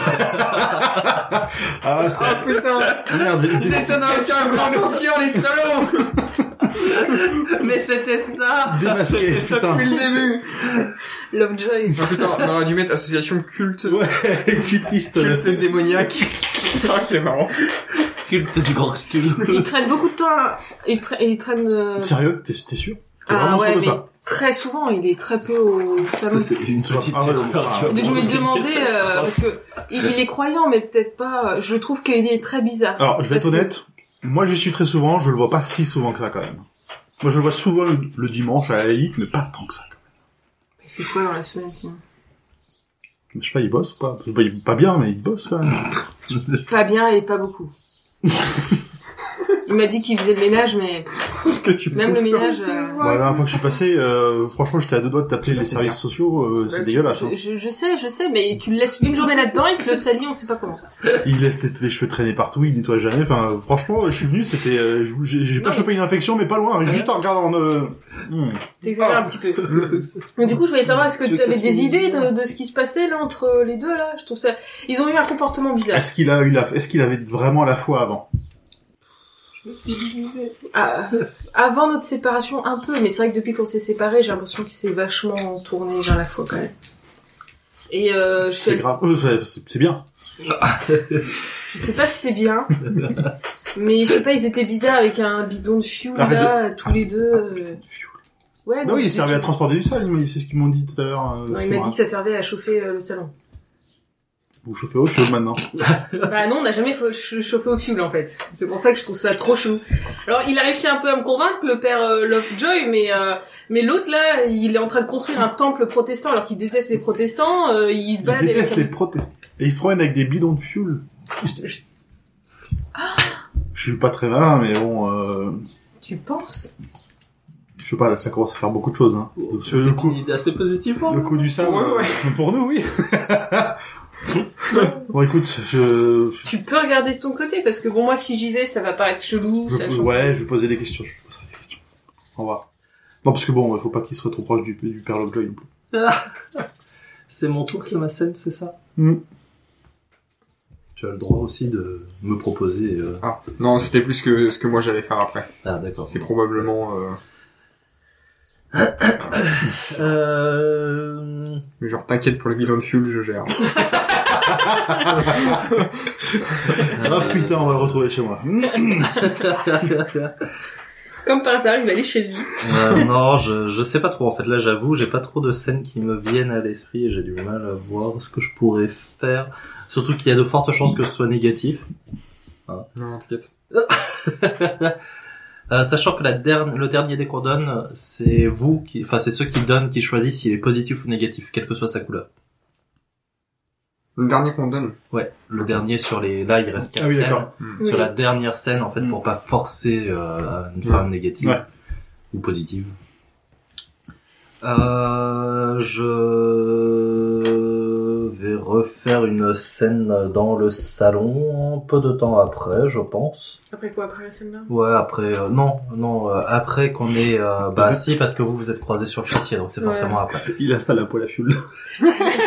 Ah, c'est... Oh putain! Merde, il- C'est ça n'a aucun grand ancien, les salauds! Mais c'était ça! démasqué, Ça putain. depuis le début! Lovejoy. Oh putain, on aurait dû mettre association culte, Ouais, cultiste. euh, culte démoniaque. C'est vrai que c'est marrant. Culte du grand Cthulhu. Il traîne beaucoup de temps. à- Il, tra- il traîne. euh, Sérieux? T'es, t'es sûr? T'es Ah vraiment ouais, sûr de mais ça? très souvent, il est très peu au salon. Ça, c'est une petite Ah ouais, erreur. ah, Donc je vais te demander euh, parce que il, il est croyant, mais peut-être pas. Je trouve qu'il est très bizarre. Alors, je vais être Parce que- honnête. Moi, j'y suis très souvent. Je le vois pas si souvent que ça, quand même. Moi, je le vois souvent le, le dimanche à la limite, mais pas tant que ça. Il fait quoi dans la semaine sinon? Je sais pas, il bosse ou pas? Je sais pas, il- pas bien, mais il bosse quand même. Pas bien et pas beaucoup. Il m'a dit qu'il faisait le ménage, mais Qu'est-ce que tu même le ménage. euh, Bon, la dernière fois que je suis passé, euh, franchement, j'étais à deux doigts de t'appeler les services sociaux. Euh, c'est bah, dégueulasse. Je, Hein. je, je sais, je sais, mais tu le laisses une journée là-dedans, il te le salit, on sait pas comment. Il laisse tes- les cheveux traîner partout, il nettoie jamais. Enfin, franchement, je suis venu, c'était, euh, j'ai, j'ai pas Non, chopé une infection, mais pas loin. Juste en regardant. Euh... hmm. T'exagères un petit peu. Mais du coup, je voulais savoir, est-ce que Tu veux que t'avais ça se des finisse idées bien de, de ce qui se passait là entre les deux là? Je trouve ça. Ils ont eu un comportement bizarre. Est-ce qu'il a eu la, est-ce qu'il avait vraiment la foi avant? Ah, avant notre séparation, un peu, mais c'est vrai que depuis qu'on s'est séparés, j'ai l'impression qu'il s'est vachement tourné vers la foi quand même. Et euh, je, C'est suis... grave. Euh, c'est, c'est- c'est bien. je sais pas si c'est bien, mais je sais pas, ils étaient bizarres avec un bidon de fuel Arrête là, tous les deux. euh. Ouais, Bah donc, oui, il c'est servait à tout. transporter du sale, c'est ce qu'ils m'ont dit tout à l'heure. Euh, Non, sur il m'a un- dit que ça servait à chauffer euh, le salon. Vous chauffez au fioul maintenant. Bah non, on n'a jamais fa- ch- chauffé au fuel en fait. C'est pour ça que je trouve ça trop chou. Alors il a réussi un peu à me convaincre, le père euh, Lovejoy, mais euh, mais l'autre là, il est en train de construire un temple protestant alors qu'il déteste les protestants. Euh, il se Il balade avec déteste son... les protestants. Et il se promène avec des bidons de fioul. Je- je- Je suis pas très malin, mais bon, euh, Tu penses? je sais pas, là, ça commence à faire beaucoup de choses, hein. C'est le coup, une idée assez positive, le coup du sable. Ouais, ouais. euh, Pour nous, oui. Bon, écoute, je, Tu peux regarder de ton côté parce que bon moi si j'y vais ça va paraître chelou. je, ça change. ouais, je vais poser des questions, je poserai des questions. Au revoir. Non, parce que bon, il faut pas qu'il soit trop proche du, du père Lovejoy non plus. C'est mon tour, c'est ma scène, c'est ça? Hmm. Tu as le droit aussi de me proposer... Euh... Ah, non, c'était plus que ce que moi j'allais faire après. Ah, d'accord. C'est probablement... Euh... euh... Mais genre, t'inquiète pour le bilan de fuel, je gère. Ah putain, on va le retrouver chez moi. Comme par hasard, il va aller chez lui. euh, non, je, je sais pas trop. En fait, là, j'avoue, j'ai pas trop de scènes qui me viennent à l'esprit et j'ai du mal à voir ce que je pourrais faire. Surtout qu'il y a de fortes chances que ce soit négatif. Hein. Non, t'inquiète. euh, sachant que la dernière, le dernier dé qu'on donne, c'est vous qui, enfin, c'est ceux qui donnent qui choisissent s'il est positif ou négatif, quelle que soit sa couleur. Le dernier qu'on donne. Ouais, le dernier sur les... Là, il reste quatre Ah oui, scènes. d'accord. Hmm. Sur Oui. la dernière scène, en fait, pour pas forcer euh, à une fin négative Ouais. ou positive. Euh, je vais refaire une scène dans le salon peu de temps après, je pense. Après quoi, après la scène là? Ouais, après... euh, non, non, euh, après qu'on ait... Euh, bah si, parce que vous, vous êtes croisés sur le chantier, donc c'est Ouais. forcément après. Il installe un poêle à fuel. Euh,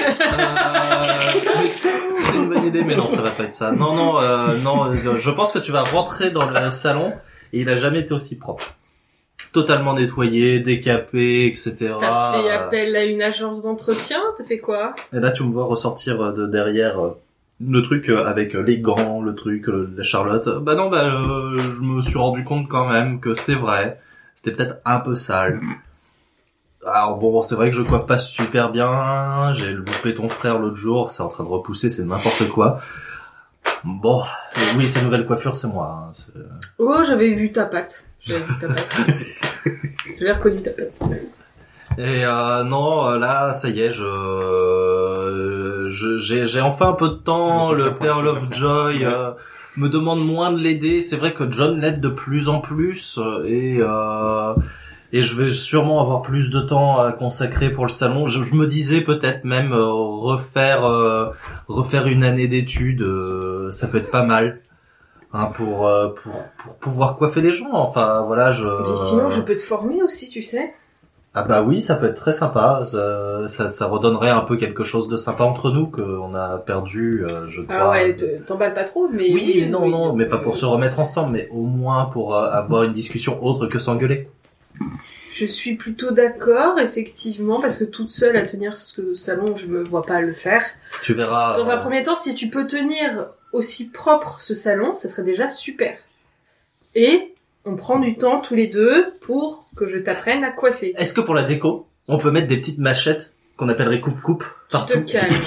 c'est une bonne idée, mais non, ça va pas être ça. Non, non, euh, non. euh, Je pense que tu vas rentrer dans le salon et il a jamais été aussi propre, totalement nettoyé, décapé, et cetera. T'as fait appel à une agence d'entretien? T'as fait quoi? Et là, tu me vois ressortir de derrière euh, le truc euh, avec les gants, le truc, le, la Charlotte. Bah non, bah euh, je me suis rendu compte quand même que c'est vrai. C'était peut-être un peu sale. Alors bon, c'est vrai que je coiffe pas super bien, j'ai loupé ton frère l'autre jour, c'est en train de repousser, c'est n'importe quoi. Bon, oui, ces nouvelles coiffures, c'est moi. Hein, c'est... Oh, j'avais vu ta patte. J'avais vu ta patte. J'avais reconnu ta patte. Et euh, non, là, ça y est, je, je j'ai, j'ai enfin un peu de temps, Le le podcast Pearl of principal. Joy euh, me demande moins de l'aider, c'est vrai que John l'aide de plus en plus, et... Euh, Et je vais sûrement avoir plus de temps à consacrer pour le salon. Je, je me disais peut-être même euh, refaire euh, refaire une année d'études, euh, ça peut être pas mal, hein, pour euh, pour pour pouvoir coiffer les gens. Enfin voilà, je. Mais sinon, je peux te former aussi, tu sais. Ah bah oui, ça peut être très sympa. Ça, ça, ça redonnerait un peu quelque chose de sympa entre nous qu'on a perdu, euh, je crois. Ah ouais, te- t'emballes pas trop, mais Oui, mais non, oui. non, mais pas pour se remettre ensemble, mais au moins pour euh, avoir une discussion autre que s'engueuler. Je suis plutôt d'accord, effectivement, parce que toute seule à tenir ce salon, je me vois pas le faire. Tu verras. Dans un euh, premier temps, si tu peux tenir aussi propre ce salon, ça serait déjà super. Et on prend du temps tous les deux pour que je t'apprenne à coiffer. Est-ce que pour la déco, on peut mettre des petites machettes qu'on appellerait coupe-coupe Tu partout? te calmes.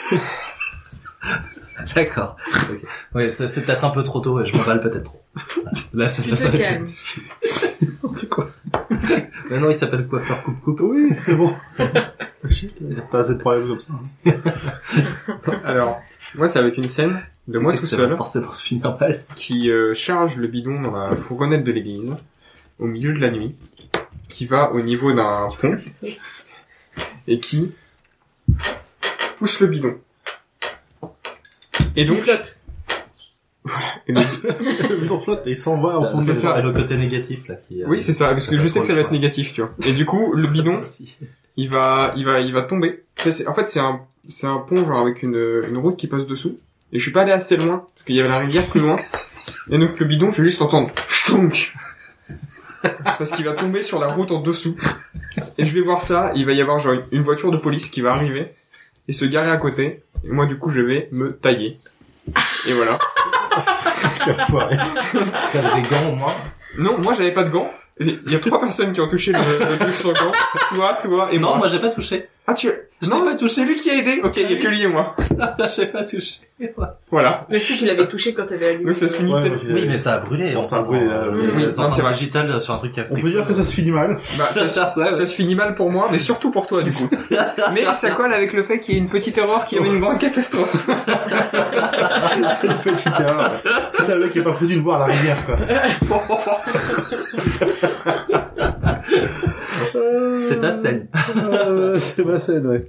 D'accord. Okay. Oui, c'est, c'est peut-être un peu trop tôt et je m'emballe peut-être trop. Là, c'est Tu là, te ça va être calmes. C'est quoi? Mais non, il s'appelle coiffeur coupe-coupe. Oui, c'est bon. T'as assez de problèmes comme ça. Alors, moi, c'est avec une scène de moi C'est tout que ça va seul forcément se finir mal. qui euh, charge le bidon dans la fourgonnette de l'église au milieu de la nuit, qui va au niveau d'un pont et qui pousse le bidon. Et donc, flotte. et donc- Le bidon flotte et il s'en va au fond de c'est C'est ça. c'est le côté négatif là qui. oui, c'est ça, parce que je sais que ça va être négatif, tu vois. Et du coup, le bidon, Merci. il va, il va, il va tomber. Ça, c'est- En fait, c'est un, c'est un pont genre avec une, une route qui passe dessous. Et je suis pas allé assez loin parce qu'il y avait la rivière plus loin. Et donc le bidon, je vais juste entendre chtonk parce qu'il va tomber sur la route en dessous. Et je vais voir ça. Il va y avoir genre une voiture de police qui va arriver et se garer à côté. Et moi, du coup, je vais me tailler. Et voilà. Quel foiré. T'avais des gants au moins. Non, moi, j'avais pas de gants. Il y a trois personnes qui ont touché le, le truc sans gants. Toi, toi et Non, moi. moi j'ai pas touché. Ah, tu... Je non, l'ai pas touché. c'est lui qui a aidé. Ok, il y a que lui et moi. j'ai pas touché. Voilà. Mais si tu l'avais touché quand t'avais allumé. Donc ça se finit. Ouais, peut-être- ouais, Oui, mais ça a brûlé. Bon, en ça a fait, brûlé, en- là. euh, Oui, les non, c'est empreintes vrai. digitales sur un truc qui a On peut dire que ça se finit mal. Bah, ça, Ça, ça, ouais, ouais. se finit mal pour moi, mais surtout pour toi, du coup. Mais ça colle avec le fait qu'il y ait une petite erreur qui avait une grande catastrophe. Petite erreur. Putain, le mec est pas foutu de voir la rivière, quoi. C'est ta scène. Euh, c'est ma scène, ouais.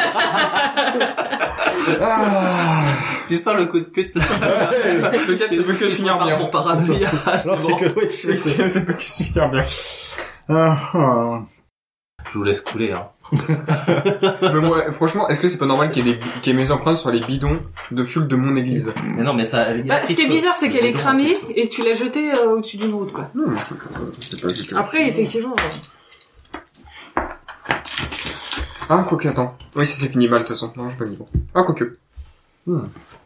Ah. Tu sens le coup de pute là. Peut-être ça peut que se finir Par bien. mon paranoïa. Alors, c'est bon. que, oui, Oui, c'est, ça ça peut que se finir bien. ah, ah. Je vous laisse couler, hein. Mais moi, franchement, est-ce que c'est pas normal qu'il y ait, des, qu'il y ait mes empreintes sur les bidons de fuel de mon église? Mais non, mais ça... Bah, ce qui est bizarre, c'est qu'elle est cramée et tu l'as jetée euh, au-dessus d'une route, quoi. Non, c'est pas du tout. Après, effectivement... Ouais. Ah, quoique, attends. Oui, ça s'est fini mal, de toute façon. Non, je pas mis bon. Ah, quoique. Hmm.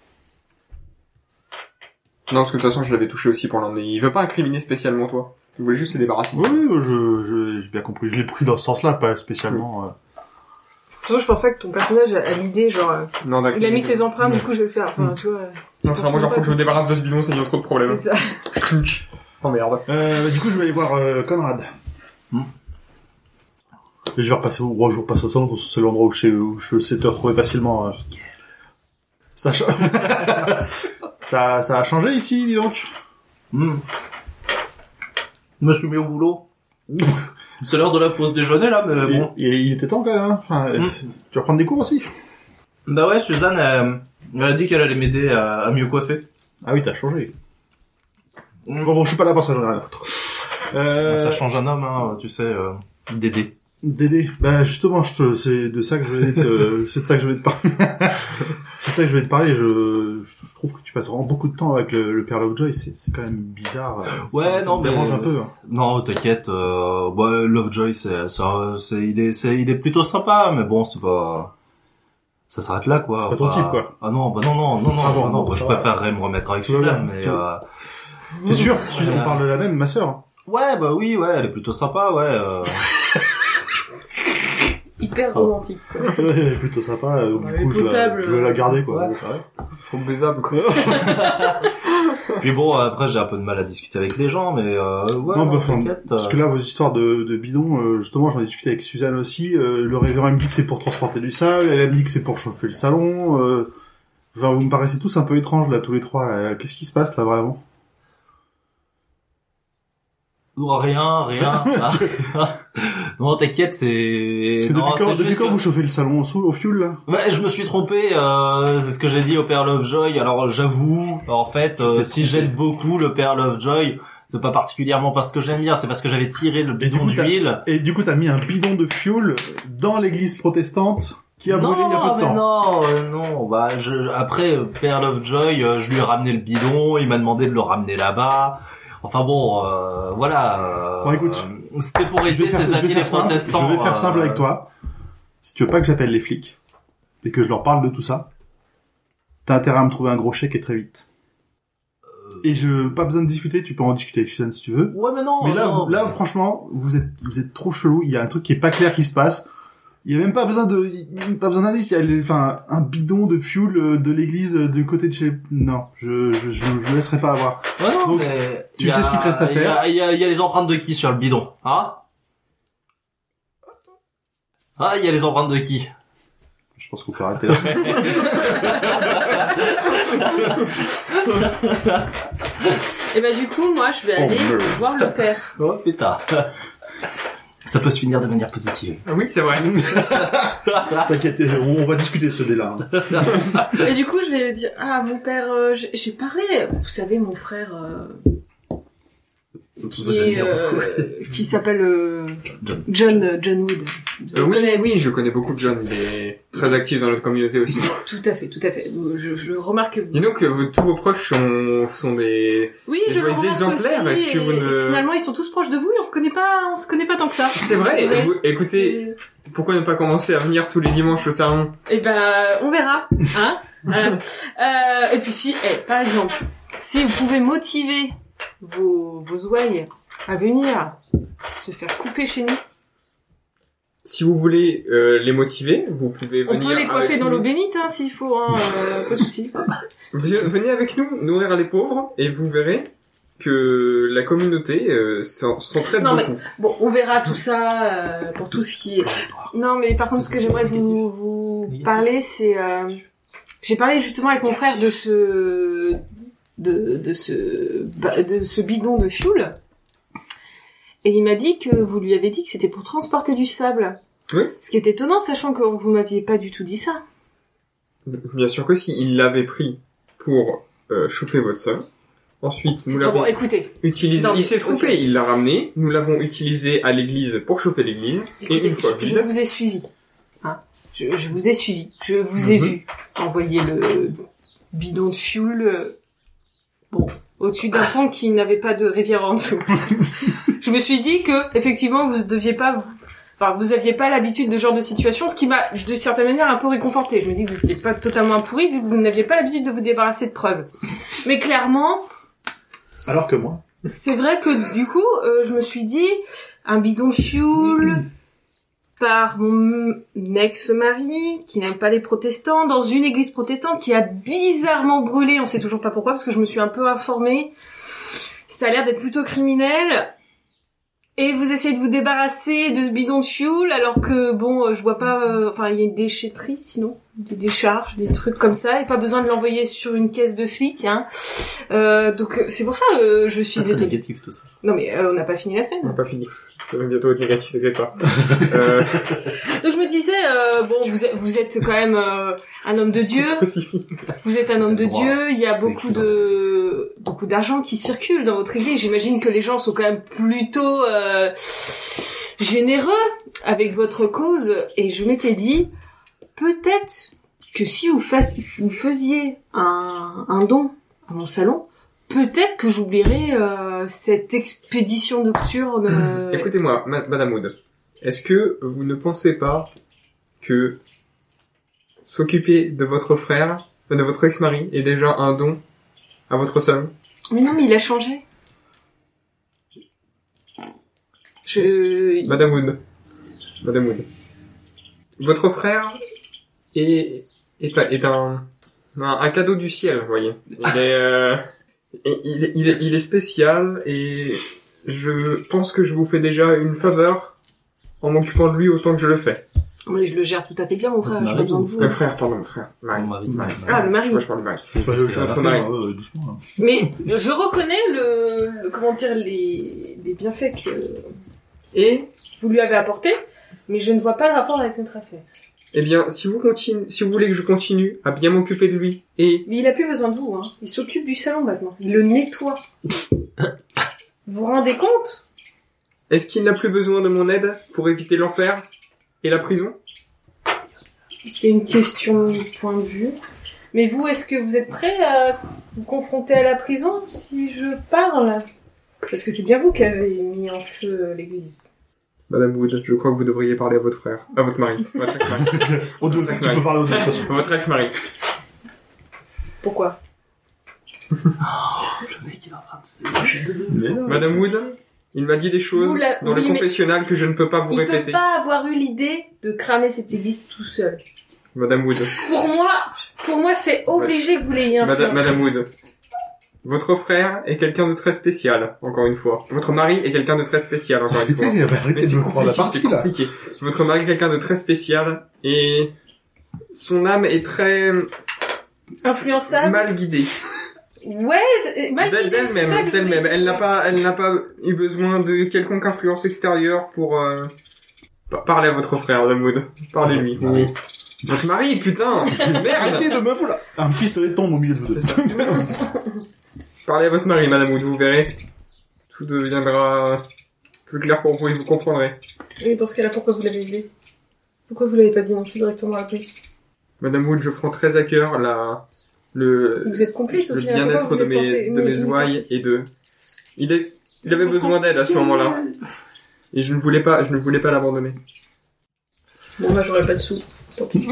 Non, parce que de toute façon, je l'avais touché aussi pour l'emmener. Il veut pas incriminer spécialement toi. Il voulait juste se débarrasser. Oui, oui, je, je, j'ai bien compris. Je l'ai pris dans ce sens-là, pas spécialement. Oui. Euh... De toute façon, je pense pas que ton personnage a l'idée, genre, euh, non, d'accord. Il a mis ses empreintes, mmh. du coup, je vais le faire. Enfin, mmh. tu vois. Non, c'est vraiment genre, faut que je me débarrasse de ce bidon, ça y a trop de problèmes. C'est ça. Oh merde. Euh, du coup, je vais aller voir, euh, Conrad. Mmh. Et je vais repasser au, je vais repasser au salon, parce que c'est l'endroit où je sais, où je sais te retrouver facilement, euh. Ça, ch... ça, ça a changé ici, dis donc. Mmh. Je me suis mis au boulot. C'est l'heure de la pause déjeuner, là, mais et, bon. Et il était temps, quand même, hein. Enfin, mmh. Tu vas prendre des cours aussi? Bah ouais, Suzanne, elle, elle a dit qu'elle allait m'aider à, à mieux coiffer. Ah oui, t'as changé. Mmh. Bon, bon, je suis pas là pour ça, j'en ai rien à foutre. Euh... Ça change un homme, hein, tu sais, euh, Dédé. Dédé. Bah, justement, je te, c'est de ça que je voulais te, c'est de ça que je voulais te parler. C'est de ça que je voulais te parler. Je, je trouve que tu passes vraiment beaucoup de temps avec le, le père Lovejoy. C'est, c'est quand même bizarre. Ouais, ça, non, ça me mais dérange un peu. Hein. Non, t'inquiète. Euh, bah, Lovejoy, c'est, ça, c'est, il est, c'est, il est plutôt sympa, mais bon, c'est pas, ça s'arrête là, quoi. C'est pas enfin, ton type, quoi. Ah non, bah non, non, non, non, ah bon, non, bon, bah, je préférerais me remettre avec Suzanne, mais. Euh... C'est sûr. Suzanne, on parle de la même, ma sœur. Ouais, bah oui, ouais, elle est plutôt sympa, ouais. Euh... Hyper romantique, quoi. Elle est plutôt sympa, donc ouais, du coup, je, potable, la, je vais la garder, quoi. Ouais. Ouais. Trop baisable, quoi. Puis bon, après, j'ai un peu de mal à discuter avec les gens, mais euh, ouais, non, non, bah, t'inquiète. Parce que là, vos histoires de, de bidon, euh, justement, j'en ai discuté avec Suzanne aussi. Euh, le révérend me dit que c'est pour transporter du sable, elle me dit que c'est pour chauffer le salon. Euh... Enfin, vous me paraissez tous un peu étranges, là, tous les trois. Là. Qu'est-ce qui se passe, là, vraiment? Non, rien, rien. Non, t'inquiète, c'est... Parce que non, depuis quand, depuis quand que... vous chauffez le salon au, au fioul, là? Ouais, je me suis trompé, euh, c'est ce que j'ai dit au père Lovejoy. Alors, j'avoue, en fait, euh, si j'aime beaucoup le père Lovejoy, c'est pas particulièrement parce que j'aime bien, c'est parce que j'avais tiré le bidon d'huile. Et du coup, t'as mis un bidon de fioul dans l'église protestante qui a brûlé il y a peu de temps. Non, euh, non, bah, je, après, père Lovejoy, euh, je lui ai ramené le bidon, il m'a demandé de le ramener là-bas. Enfin bon, euh, voilà. Euh, bon, écoute, euh, c'était pour aider ses amis les protestants. Je vais faire euh, simple avec toi. Si tu veux pas que j'appelle les flics et que je leur parle de tout ça, t'as intérêt à me trouver un gros chèque et très vite. Euh... Et je pas besoin de discuter. Tu peux en discuter avec Suzanne si tu veux. Ouais, mais non. Mais là, non, vous, là, mais... franchement, vous êtes, vous êtes trop chelou. Il y a un truc qui est pas clair qui se passe. Il y a même pas besoin de, pas besoin d'indice. Il y a, les, enfin, un bidon de fuel de l'église du côté de chez. Non, je, je, je, je laisserai pas avoir. Ouais, non, donc, mais tu sais a, ce qu'il te reste à faire. Il y a, il y a les empreintes de qui sur le bidon, hein? Ah, il y a les empreintes de qui? Je pense qu'on peut arrêter là. Et bah du coup, moi, je vais aller oh, voir le père. Oh putain. Ça peut se finir de manière positive. Ah oui, c'est vrai. T'inquiète, on va discuter de ce délai. Et du coup, je vais dire, ah, mon père, euh, j'ai parlé, vous savez, mon frère, euh, qui Vous est, euh, qui s'appelle euh, John. John, John Wood. Euh, oui, oui, je connais beaucoup de John. Il est très actif dans notre communauté aussi. Tout à fait, tout à fait. Je, je remarque que vous... Et donc, euh, tous vos proches sont, sont des, oui, des je le remarque exemplaires. aussi, Est-ce que vous ne... et finalement, ils sont tous proches de vous et on se connaît pas, on se connaît pas tant que ça. C'est vrai. C'est vrai. Vous, écoutez, pourquoi ne pas commencer à venir tous les dimanches au salon? Eh ben, on verra, hein. euh, euh, et puis si, eh, par exemple, si vous pouvez motiver vos, vos ouailles à venir se faire couper chez nous. Si vous voulez euh, les motiver, vous pouvez venir. On peut les coiffer dans nous. l'eau bénite, hein, s'il faut, hein, euh, pas de souci. Venez avec nous, nourrir les pauvres, et vous verrez que la communauté euh, s'entraide beaucoup. Mais, bon, on verra tout ça euh, pour tout ce qui est. Non, mais par contre, ce que j'aimerais vous vous parler, c'est euh, j'ai parlé justement avec mon frère de ce de de ce de ce bidon de fuel. Et il m'a dit que vous lui avez dit que c'était pour transporter du sable. Oui. Ce qui est étonnant, sachant que vous m'aviez pas du tout dit ça. Bien sûr que si, il l'avait pris pour euh, chauffer votre sol. Ensuite, nous Bon, l'avons bon, écoutez, utilisé. Non, mais- Il s'est trompé, ok. il l'a ramené. Nous l'avons utilisé à l'église pour chauffer l'église. Et écoutez, une fois je, je vide, vous ai suivi. Hein je, je vous ai suivi. Je vous ai Mhm. vu envoyer le bidon de fuel euh, bon, au-dessus d'un pont qui n'avait pas de rivière en dessous. Je me suis dit que, effectivement, vous deviez pas... Enfin, vous aviez pas l'habitude de ce genre de situation, ce qui m'a, de certaine manière, un peu réconforté. Je me dis que vous n'étiez pas totalement un pourri, vu que vous n'aviez pas l'habitude de vous débarrasser de preuves. Mais clairement, Alors que moi. c'est vrai que du coup, euh, je me suis dit, un bidon de fuel par mon ex-mari qui n'aime pas les protestants, dans une église protestante qui a bizarrement brûlé, on sait toujours pas pourquoi, parce que je me suis un peu informée. Ça a l'air d'être plutôt criminel. Et vous essayez de vous débarrasser de ce bidon de fuel, alors que, bon, euh, je vois pas... euh, Enfin, il y a une déchetterie, sinon. Des décharges, des trucs comme ça, et pas besoin de l'envoyer sur une caisse de flic, hein. Euh, donc, euh, c'est pour ça que je suis C'est très étonnée. négatif tout ça. Non, mais euh, on n'a pas fini la scène. on n'a pas fini. Ça va bientôt être négatif, t'inquiète pas. euh, Donc, je me disais, euh, bon, vous êtes, vous êtes quand même euh, un homme de Dieu. crucifix. Vous êtes un homme de Wow. Dieu, il y a C'est beaucoup épuisant. de beaucoup d'argent qui circule dans votre église. J'imagine que les gens sont quand même plutôt euh, généreux avec votre cause. Et je m'étais dit, peut-être que si vous, fasse, vous faisiez un, un don à mon salon, peut-être que j'oublierais euh, cette expédition nocturne. euh, Écoutez-moi, ma- Madame Wood. Est-ce que vous ne pensez pas que s'occuper de votre frère, de votre ex-mari, est déjà un don à votre salon? Mais non, mais il a changé. Je... Madame Wood. Madame Wood. Votre frère est, est, un, est un, un, un cadeau du ciel, vous voyez. Il est, euh, et il, est- il, est, il est spécial et je pense que je vous fais déjà une faveur en m'occupant de lui autant que je le fais. Mais je le gère tout à fait bien, mon frère. Votre J'ai pas mari besoin de ou vous. Le frère, pardon, le frère. Mari. Mon mari. Mari. Ah, le mari. Moi, je parle du mari. Ouais, C'est j'ai votre raté, mari. moi, euh, doucement. hein. Mais je reconnais le, le- comment dire, les, les bienfaits que Et, vous lui avez apportés, mais je ne vois pas le rapport avec notre affaire. eh bien, si vous continuez, si vous voulez que je continue à bien m'occuper de lui et Mais il a plus besoin de vous, hein. Il s'occupe du salon maintenant. Il le nettoie. Vous vous rendez compte? est-ce qu'il n'a plus besoin de mon aide pour éviter l'enfer et la prison? C'est une question de point de vue. Mais vous, est-ce que vous êtes prêt à vous confronter à la prison si je parle? Parce que c'est bien vous qui avez mis en feu l'église. Madame Wood, je crois que vous devriez parler à votre frère, à votre mari, votre ex-mari. Au deux, tu peux parler aux deux, de toute façon. Votre ex-mari. Pourquoi? Le mec il est en train de Mais non. Madame Wood, il m'a dit des choses Vous la- dans le oui, mais- confessionnal que je ne peux pas vous Il répéter. peut pas avoir eu l'idée de cramer cette église tout seul. Madame Wood, Pour moi, pour moi, c'est obligé que vous l'ayez influencé. Madame, Madame Wood, votre frère est quelqu'un de très spécial, encore une fois. Votre mari est quelqu'un de très spécial, encore une fois. Arrêtez, bah, Mais arrêtez de c'est me prendre la compliqué, partie, c'est là. compliqué. Votre mari est quelqu'un de très spécial et son âme est très Influençable. mal guidée. Ouais, c'est- mal D'elle- guidée, c'est ça d'elle-même, que je voulais d'elle-même. dire. Elle n'a pas, elle n'a pas eu besoin de quelconque influence extérieure pour euh, pa- parler à votre frère, Madame Wood. Parlez-lui. Oui. Votre mari, putain, merde. Arrêtez de me foutre là. Un pistolet tombe au milieu de vous deux. C'est ça. Parlez à votre mari, Madame Wood, vous verrez. Tout deviendra plus clair pour vous et vous comprendrez. Oui, dans ce cas-là, pourquoi vous l'avez aidé? Pourquoi vous l'avez pas dénoncé directement à la police? Madame Wood, je prends très à cœur la, le, Vous êtes complice au le final. Pourquoi bien-être vous de êtes mes, porté- de mes une- ouailles et de, il est, il avait besoin d'aide à ce moment-là. Et je ne voulais pas, je ne voulais pas l'abandonner. Bon, bah, j'aurais pas de sous. Tant pis.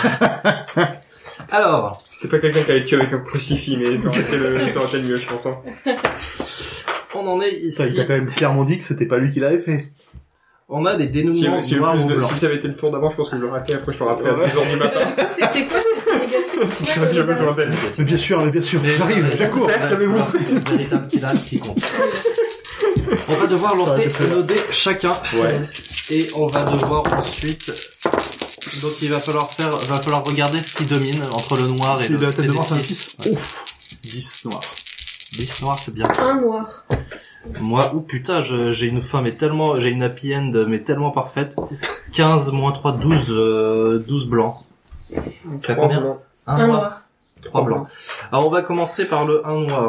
Alors, C'était pas quelqu'un qui allait tuer avec un crucifix, mais ça aurait été le, ça aurait été le mieux, je pense, hein. on en est ici. Putain, il t'a quand même clairement dit que c'était pas lui qui l'avait fait. On a des Si, dénouements si, le noirs plus ou de, blancs. si ça avait été le tour d'avant, je pense que je l'aurais fait, après je t'aurais rappelé à Ouais. deux heures du matin. C'était quoi cette négative au final, J'ai euh, besoin d'elle. Mais bien sûr, mais bien sûr. Mais J'arrive, ça- j'accours. ça- Qu'avez-vous fait Le véritable tirage qui compte. On va devoir Ça lancer va être nos dés chacun. Ouais. Et on va devoir ensuite. Donc il va falloir faire, va falloir regarder ce qui domine entre le noir et C'est le. de la tête c'est de des mort, c'est un six. six. Ouf. dix noirs. dix noirs, c'est bien. Un noir. Moi, ou putain, je- j'ai une fin mais tellement, j'ai une happy end mais tellement parfaite. quinze moins trois, douze, euh, douze blancs. T'as Trois combien? blancs. Un noir. trois blancs. Alors on va commencer par le un noir.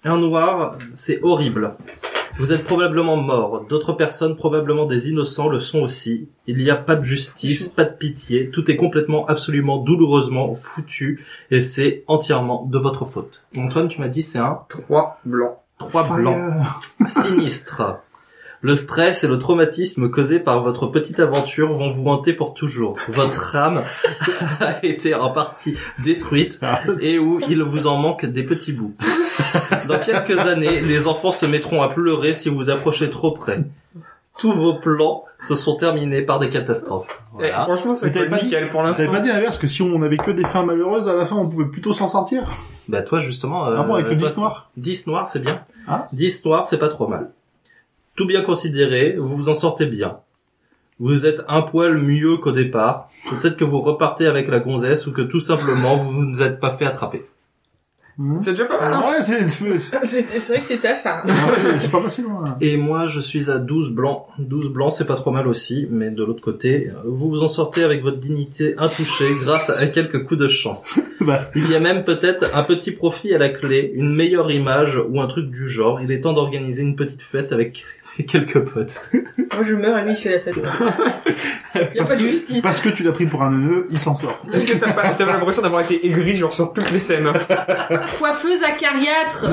un noir, c'est horrible. Vous êtes probablement mort. D'autres personnes, probablement des innocents, le sont aussi. Il n'y a pas de justice, pas de pitié. Tout est complètement, absolument, douloureusement foutu. Et c'est entièrement de votre faute. Antoine, tu m'as dit c'est un Trois blancs. trois blancs. Sinistre. Le stress et le traumatisme causés par votre petite aventure vont vous hanter pour toujours. Votre âme a été en partie détruite et où il vous en manque des petits bouts. Dans quelques années, les enfants se mettront à pleurer si vous vous approchez trop près. Tous vos plans se sont terminés par des catastrophes. Voilà. Eh, franchement, c'est Mais t'avais pas pas nickel pour l'instant. T'avais pas dit l'inverse, que si on avait que des fins malheureuses, à la fin on pouvait plutôt s'en sortir? Bah toi justement... Euh, Ah bon, avec le toi, dix noir? dix noirs, c'est bien. Ah. dix noirs, c'est pas trop mal. Tout bien considéré, vous vous en sortez bien. Vous êtes un poil mieux qu'au départ. Peut-être que vous repartez avec la gonzesse ou que tout simplement vous ne vous êtes pas fait attraper. Mmh. C'est déjà pas mal, hein. Ouais, c'est... c'est- C'est c'est vrai que c'était ça. Ouais, je suis pas passé loin, là. Et moi, je suis à douze blancs. douze blancs, c'est pas trop mal aussi, mais de l'autre côté, vous vous en sortez avec votre dignité intouchée grâce à quelques coups de chance. Bah, Il y a même peut-être un petit profit à la clé, une meilleure image ou un truc du genre. Il est temps d'organiser une petite fête avec quelques potes. Moi, je meurs et lui, il fait la fête. Il y a parce pas de que, justice. parce que tu l'as pris pour un neuneu, il s'en sort. Est-ce que t'as pas, t'avais l'impression d'avoir été aigri, genre, sur toutes les scènes? Coiffeuse acariâtre.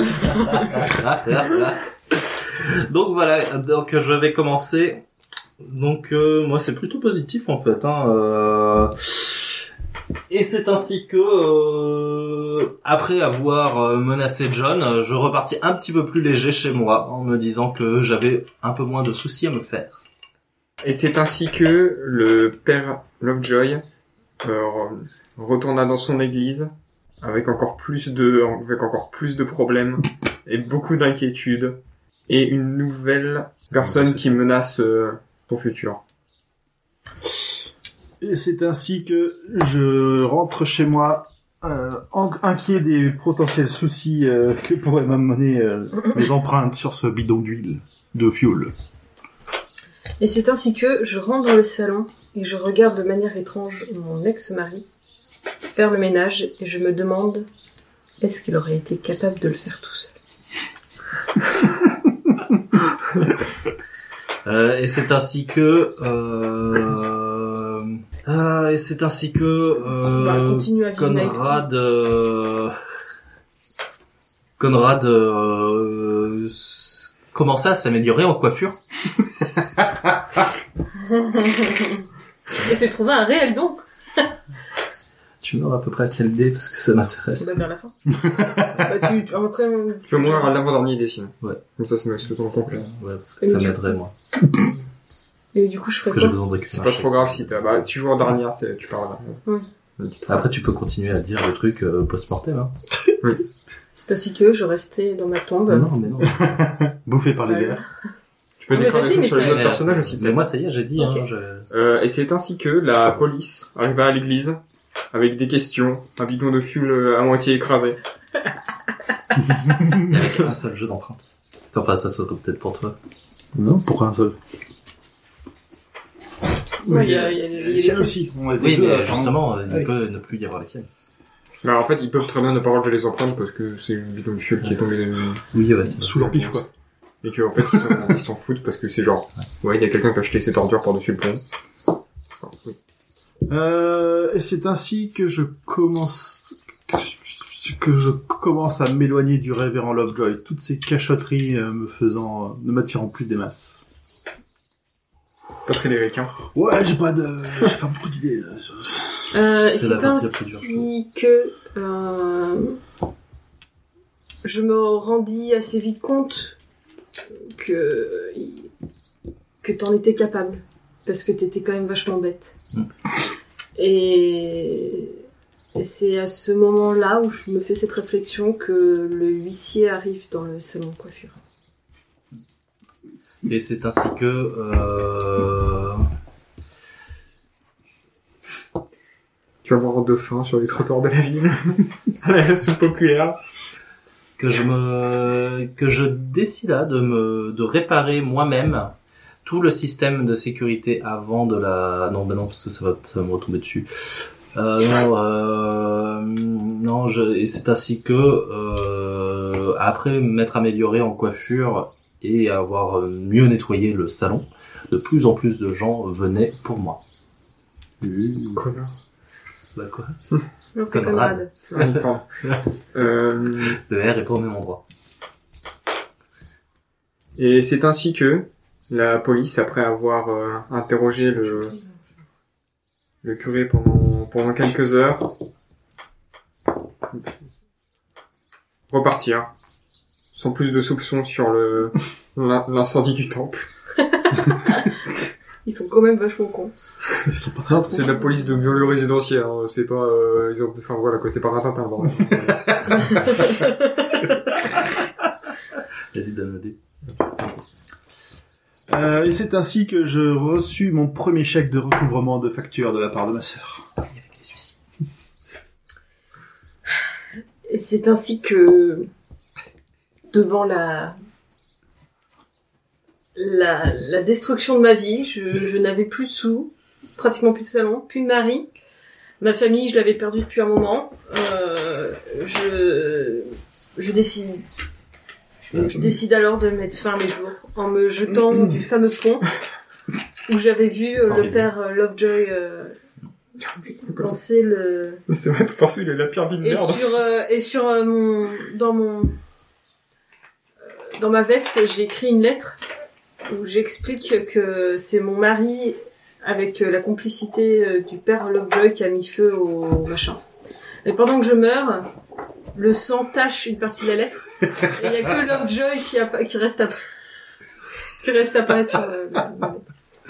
Donc voilà, donc je vais commencer. Donc euh, moi c'est plutôt positif en fait. Hein. Euh... Et c'est ainsi que, euh, après avoir euh, menacé John, je repartis un petit peu plus léger chez moi en me disant que j'avais un peu moins de soucis à me faire. Et c'est ainsi que le père Lovejoy euh, retourna dans son église avec encore plus de, avec encore plus de problèmes et beaucoup d'inquiétudes et une nouvelle personne qui menace euh, son futur. Et c'est ainsi que je rentre chez moi, euh, en- inquiet des potentiels soucis euh, que pourraient m'amener euh, mes empreintes sur ce bidon d'huile, de fioul. Et c'est ainsi que je rentre dans le salon et je regarde de manière étrange mon ex-mari faire le ménage et je me demande est-ce qu'il aurait été capable de le faire tout seul. Euh, et c'est ainsi que euh, euh, et c'est ainsi que On va euh, continuer à vivre avec Conrad euh, Conrad euh, s- commençait à s'améliorer en coiffure. Et s'est trouvé un réel don. Tu meurs à peu près à quel dé parce que ça m'intéresse. Bah, vers la fin. Bah, tu, tu, après, Tu peux mourir à l'avant-dernier des signes. Ouais. Comme ça, ça me laisse le temps complet. Ouais, parce que ça Et du m'aiderait moi. Et du coup, je Parce ferais que j'ai quoi? besoin de récupérer. C'est pas trop grave si t'as, bah, tu joues en dernière, c'est, tu parles là. Après tu peux continuer à dire le truc euh, post-mortem. Hein. C'est ainsi que je restais dans ma tombe. Non mais non. Bouffé par les Seul. vers. Tu peux Ah, mais décrire vas-y, des mais trucs sur les ça- autres personnages aussi. Mais moi ça y est, j'ai dit. Ok. Hein, je... Euh, et c'est ainsi que la police arriva à l'église avec des questions, un bidon de fuel euh, à moitié écrasé. Avec un seul jeu d'empreinte. Enfin ça serait peut-être pour toi. Non, pourquoi un seul? Ouais, il y a, il y a, il y a des Tiens signes. aussi. On a des Oui deux, mais attends. justement euh, il Oui. peut ne plus y avoir la tienne. Mais en fait, ils peuvent très bien ne pas relever les empreintes parce que c'est le bidon de fuel qui est tombé Oui ouais c'est Sous leur pif, quoi. et que en fait ils s'en, ils s'en foutent parce que c'est genre, ouais, il y a quelqu'un qui a jeté ses ordures par-dessus le pont. Enfin, oui. Euh, et c'est ainsi que je commence, que je commence à m'éloigner du révérend Lovejoy. Toutes ces cachotteries euh, me faisant, euh, ne m'attirant plus des masses. Pas très lyrique, hein. Ouais, j'ai pas de, j'ai pas beaucoup d'idées. euh, sur- Euh, et C'est la c'est partie la plus dure, ainsi que euh, je me rendis assez vite compte que que t'en étais capable parce que t'étais quand même vachement bête. Mm. Et, et c'est à ce moment-là où je me fais cette réflexion que le huissier arrive dans le salon de coiffure. Et c'est ainsi que euh... Tu vas voir de faim sur les trottoirs de la ville. à la soupe populaire. que je me que je décida de me de réparer moi-même tout le système de sécurité avant de la non ben non parce que ça va ça va me retomber dessus euh, non euh, non je et c'est ainsi que euh, après m'être amélioré en coiffure et avoir mieux nettoyé le salon, de plus en plus de gens venaient pour moi. Mmh. Connard. Bah quoi? Non, c'est Conrad. Conrad. Ah, pardon. euh, Le R est pas au même endroit. et c'est ainsi que la police, après avoir euh, interrogé le, le curé pendant, pendant quelques heures, repartir, sans plus de soupçons sur le l'in- l'incendie du temple. Ils sont quand même vachement cons. Ils sont pas très C'est de la police de milieu résidentiel, hein. C'est pas, euh, ils ont, enfin voilà quoi, c'est pas Rintintin, bordel. Vas-y, donne le dé. Euh, et c'est ainsi que je reçus mon premier chèque de recouvrement de facture de la part de ma sœur. Avec les suicides. Et c'est ainsi que, devant la, la, la destruction de ma vie, je, je n'avais plus de sous, pratiquement plus de salon, plus de mari. Ma famille, je l'avais perdue depuis un moment. Euh, je, je décide, je décide alors de mettre fin à mes jours en me jetant du fameux pont où j'avais vu euh, Sans le rêver. père euh, Lovejoy euh, lancer le... Mais c'est vrai, tout perso, il a la pire vie de Et merde. sur euh, et sur euh, mon dans mon euh, dans ma veste, j'ai écrit une lettre où j'explique que c'est mon mari avec euh, la complicité euh, du père Lovejoy qui a mis feu au machin. Et pendant que je meurs, le sang tache une partie de la lettre et il y a que Lovejoy qui a qui reste à qui reste apparaître sur le, le-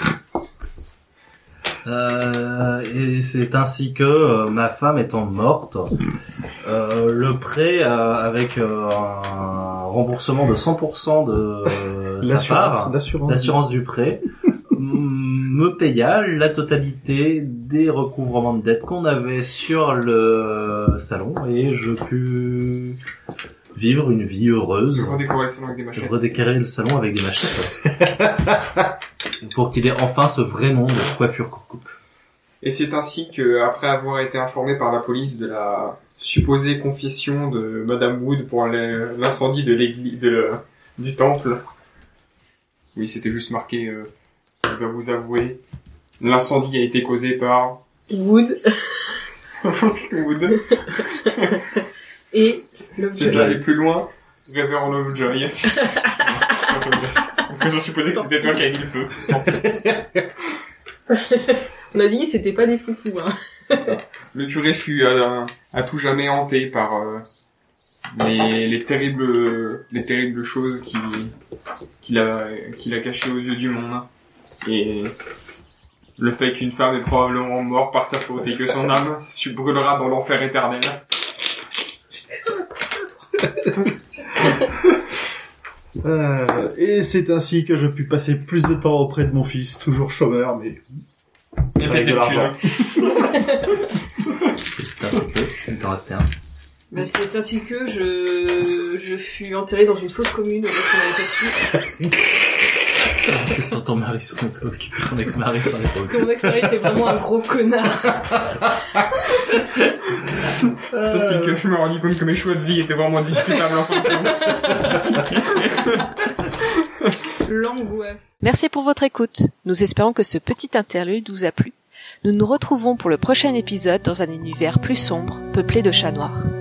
Euh, et c'est ainsi que euh, ma femme étant morte, euh, le prêt euh, avec euh, un remboursement de cent pour cent de euh, sa part, l'assurance. l'assurance du prêt, m- me paya la totalité des recouvrements de dettes qu'on avait sur le salon et je pus vivre une vie heureuse. Redécorer le salon avec des Je machettes. redécorer le salon avec des machettes. Pour qu'il ait enfin ce vrai nom de coiffure coupe. Et c'est ainsi que, après avoir été informé par la police de la supposée confession de Madame Wood pour les- l'incendie de l'église, de le- du temple, oui, c'était juste marqué, euh, je dois vous avouer, l'incendie a été causé par Wood Wood. et Lovejoy. C'est ça, et plus loin, Révérend Lovejoy. Donc j'en supposais que c'était toi qui avais mis le feu. On a dit c'était pas des foufous, hein. Le curé fut à, à tout jamais hanté par euh, les, les terribles les terribles choses qui qu'il a qu'il a cachées aux yeux du monde et le fait qu'une femme est probablement morte par sa faute et que son âme se brûlera dans l'enfer éternel. Euh, et c'est ainsi que je pus passer plus de temps auprès de mon fils, toujours chômeur, mais avec de l'argent. Et c'est ainsi que, il t'en restait un. Bah, c'est ainsi que je, je fus enterrée dans une fosse commune avec son avait dessus. Parce que sans ton mari, on peut occuper ton ex-mari sans les Parce que mon ex-mari était vraiment un gros connard. C'est ainsi que je me rendis compte que mes choix de vie étaient vraiment discutables en fin de compte. L'angoisse. Merci pour votre écoute. Nous espérons que ce petit interlude vous a plu. Nous nous retrouvons pour le prochain épisode dans un univers plus sombre, peuplé de chats noirs.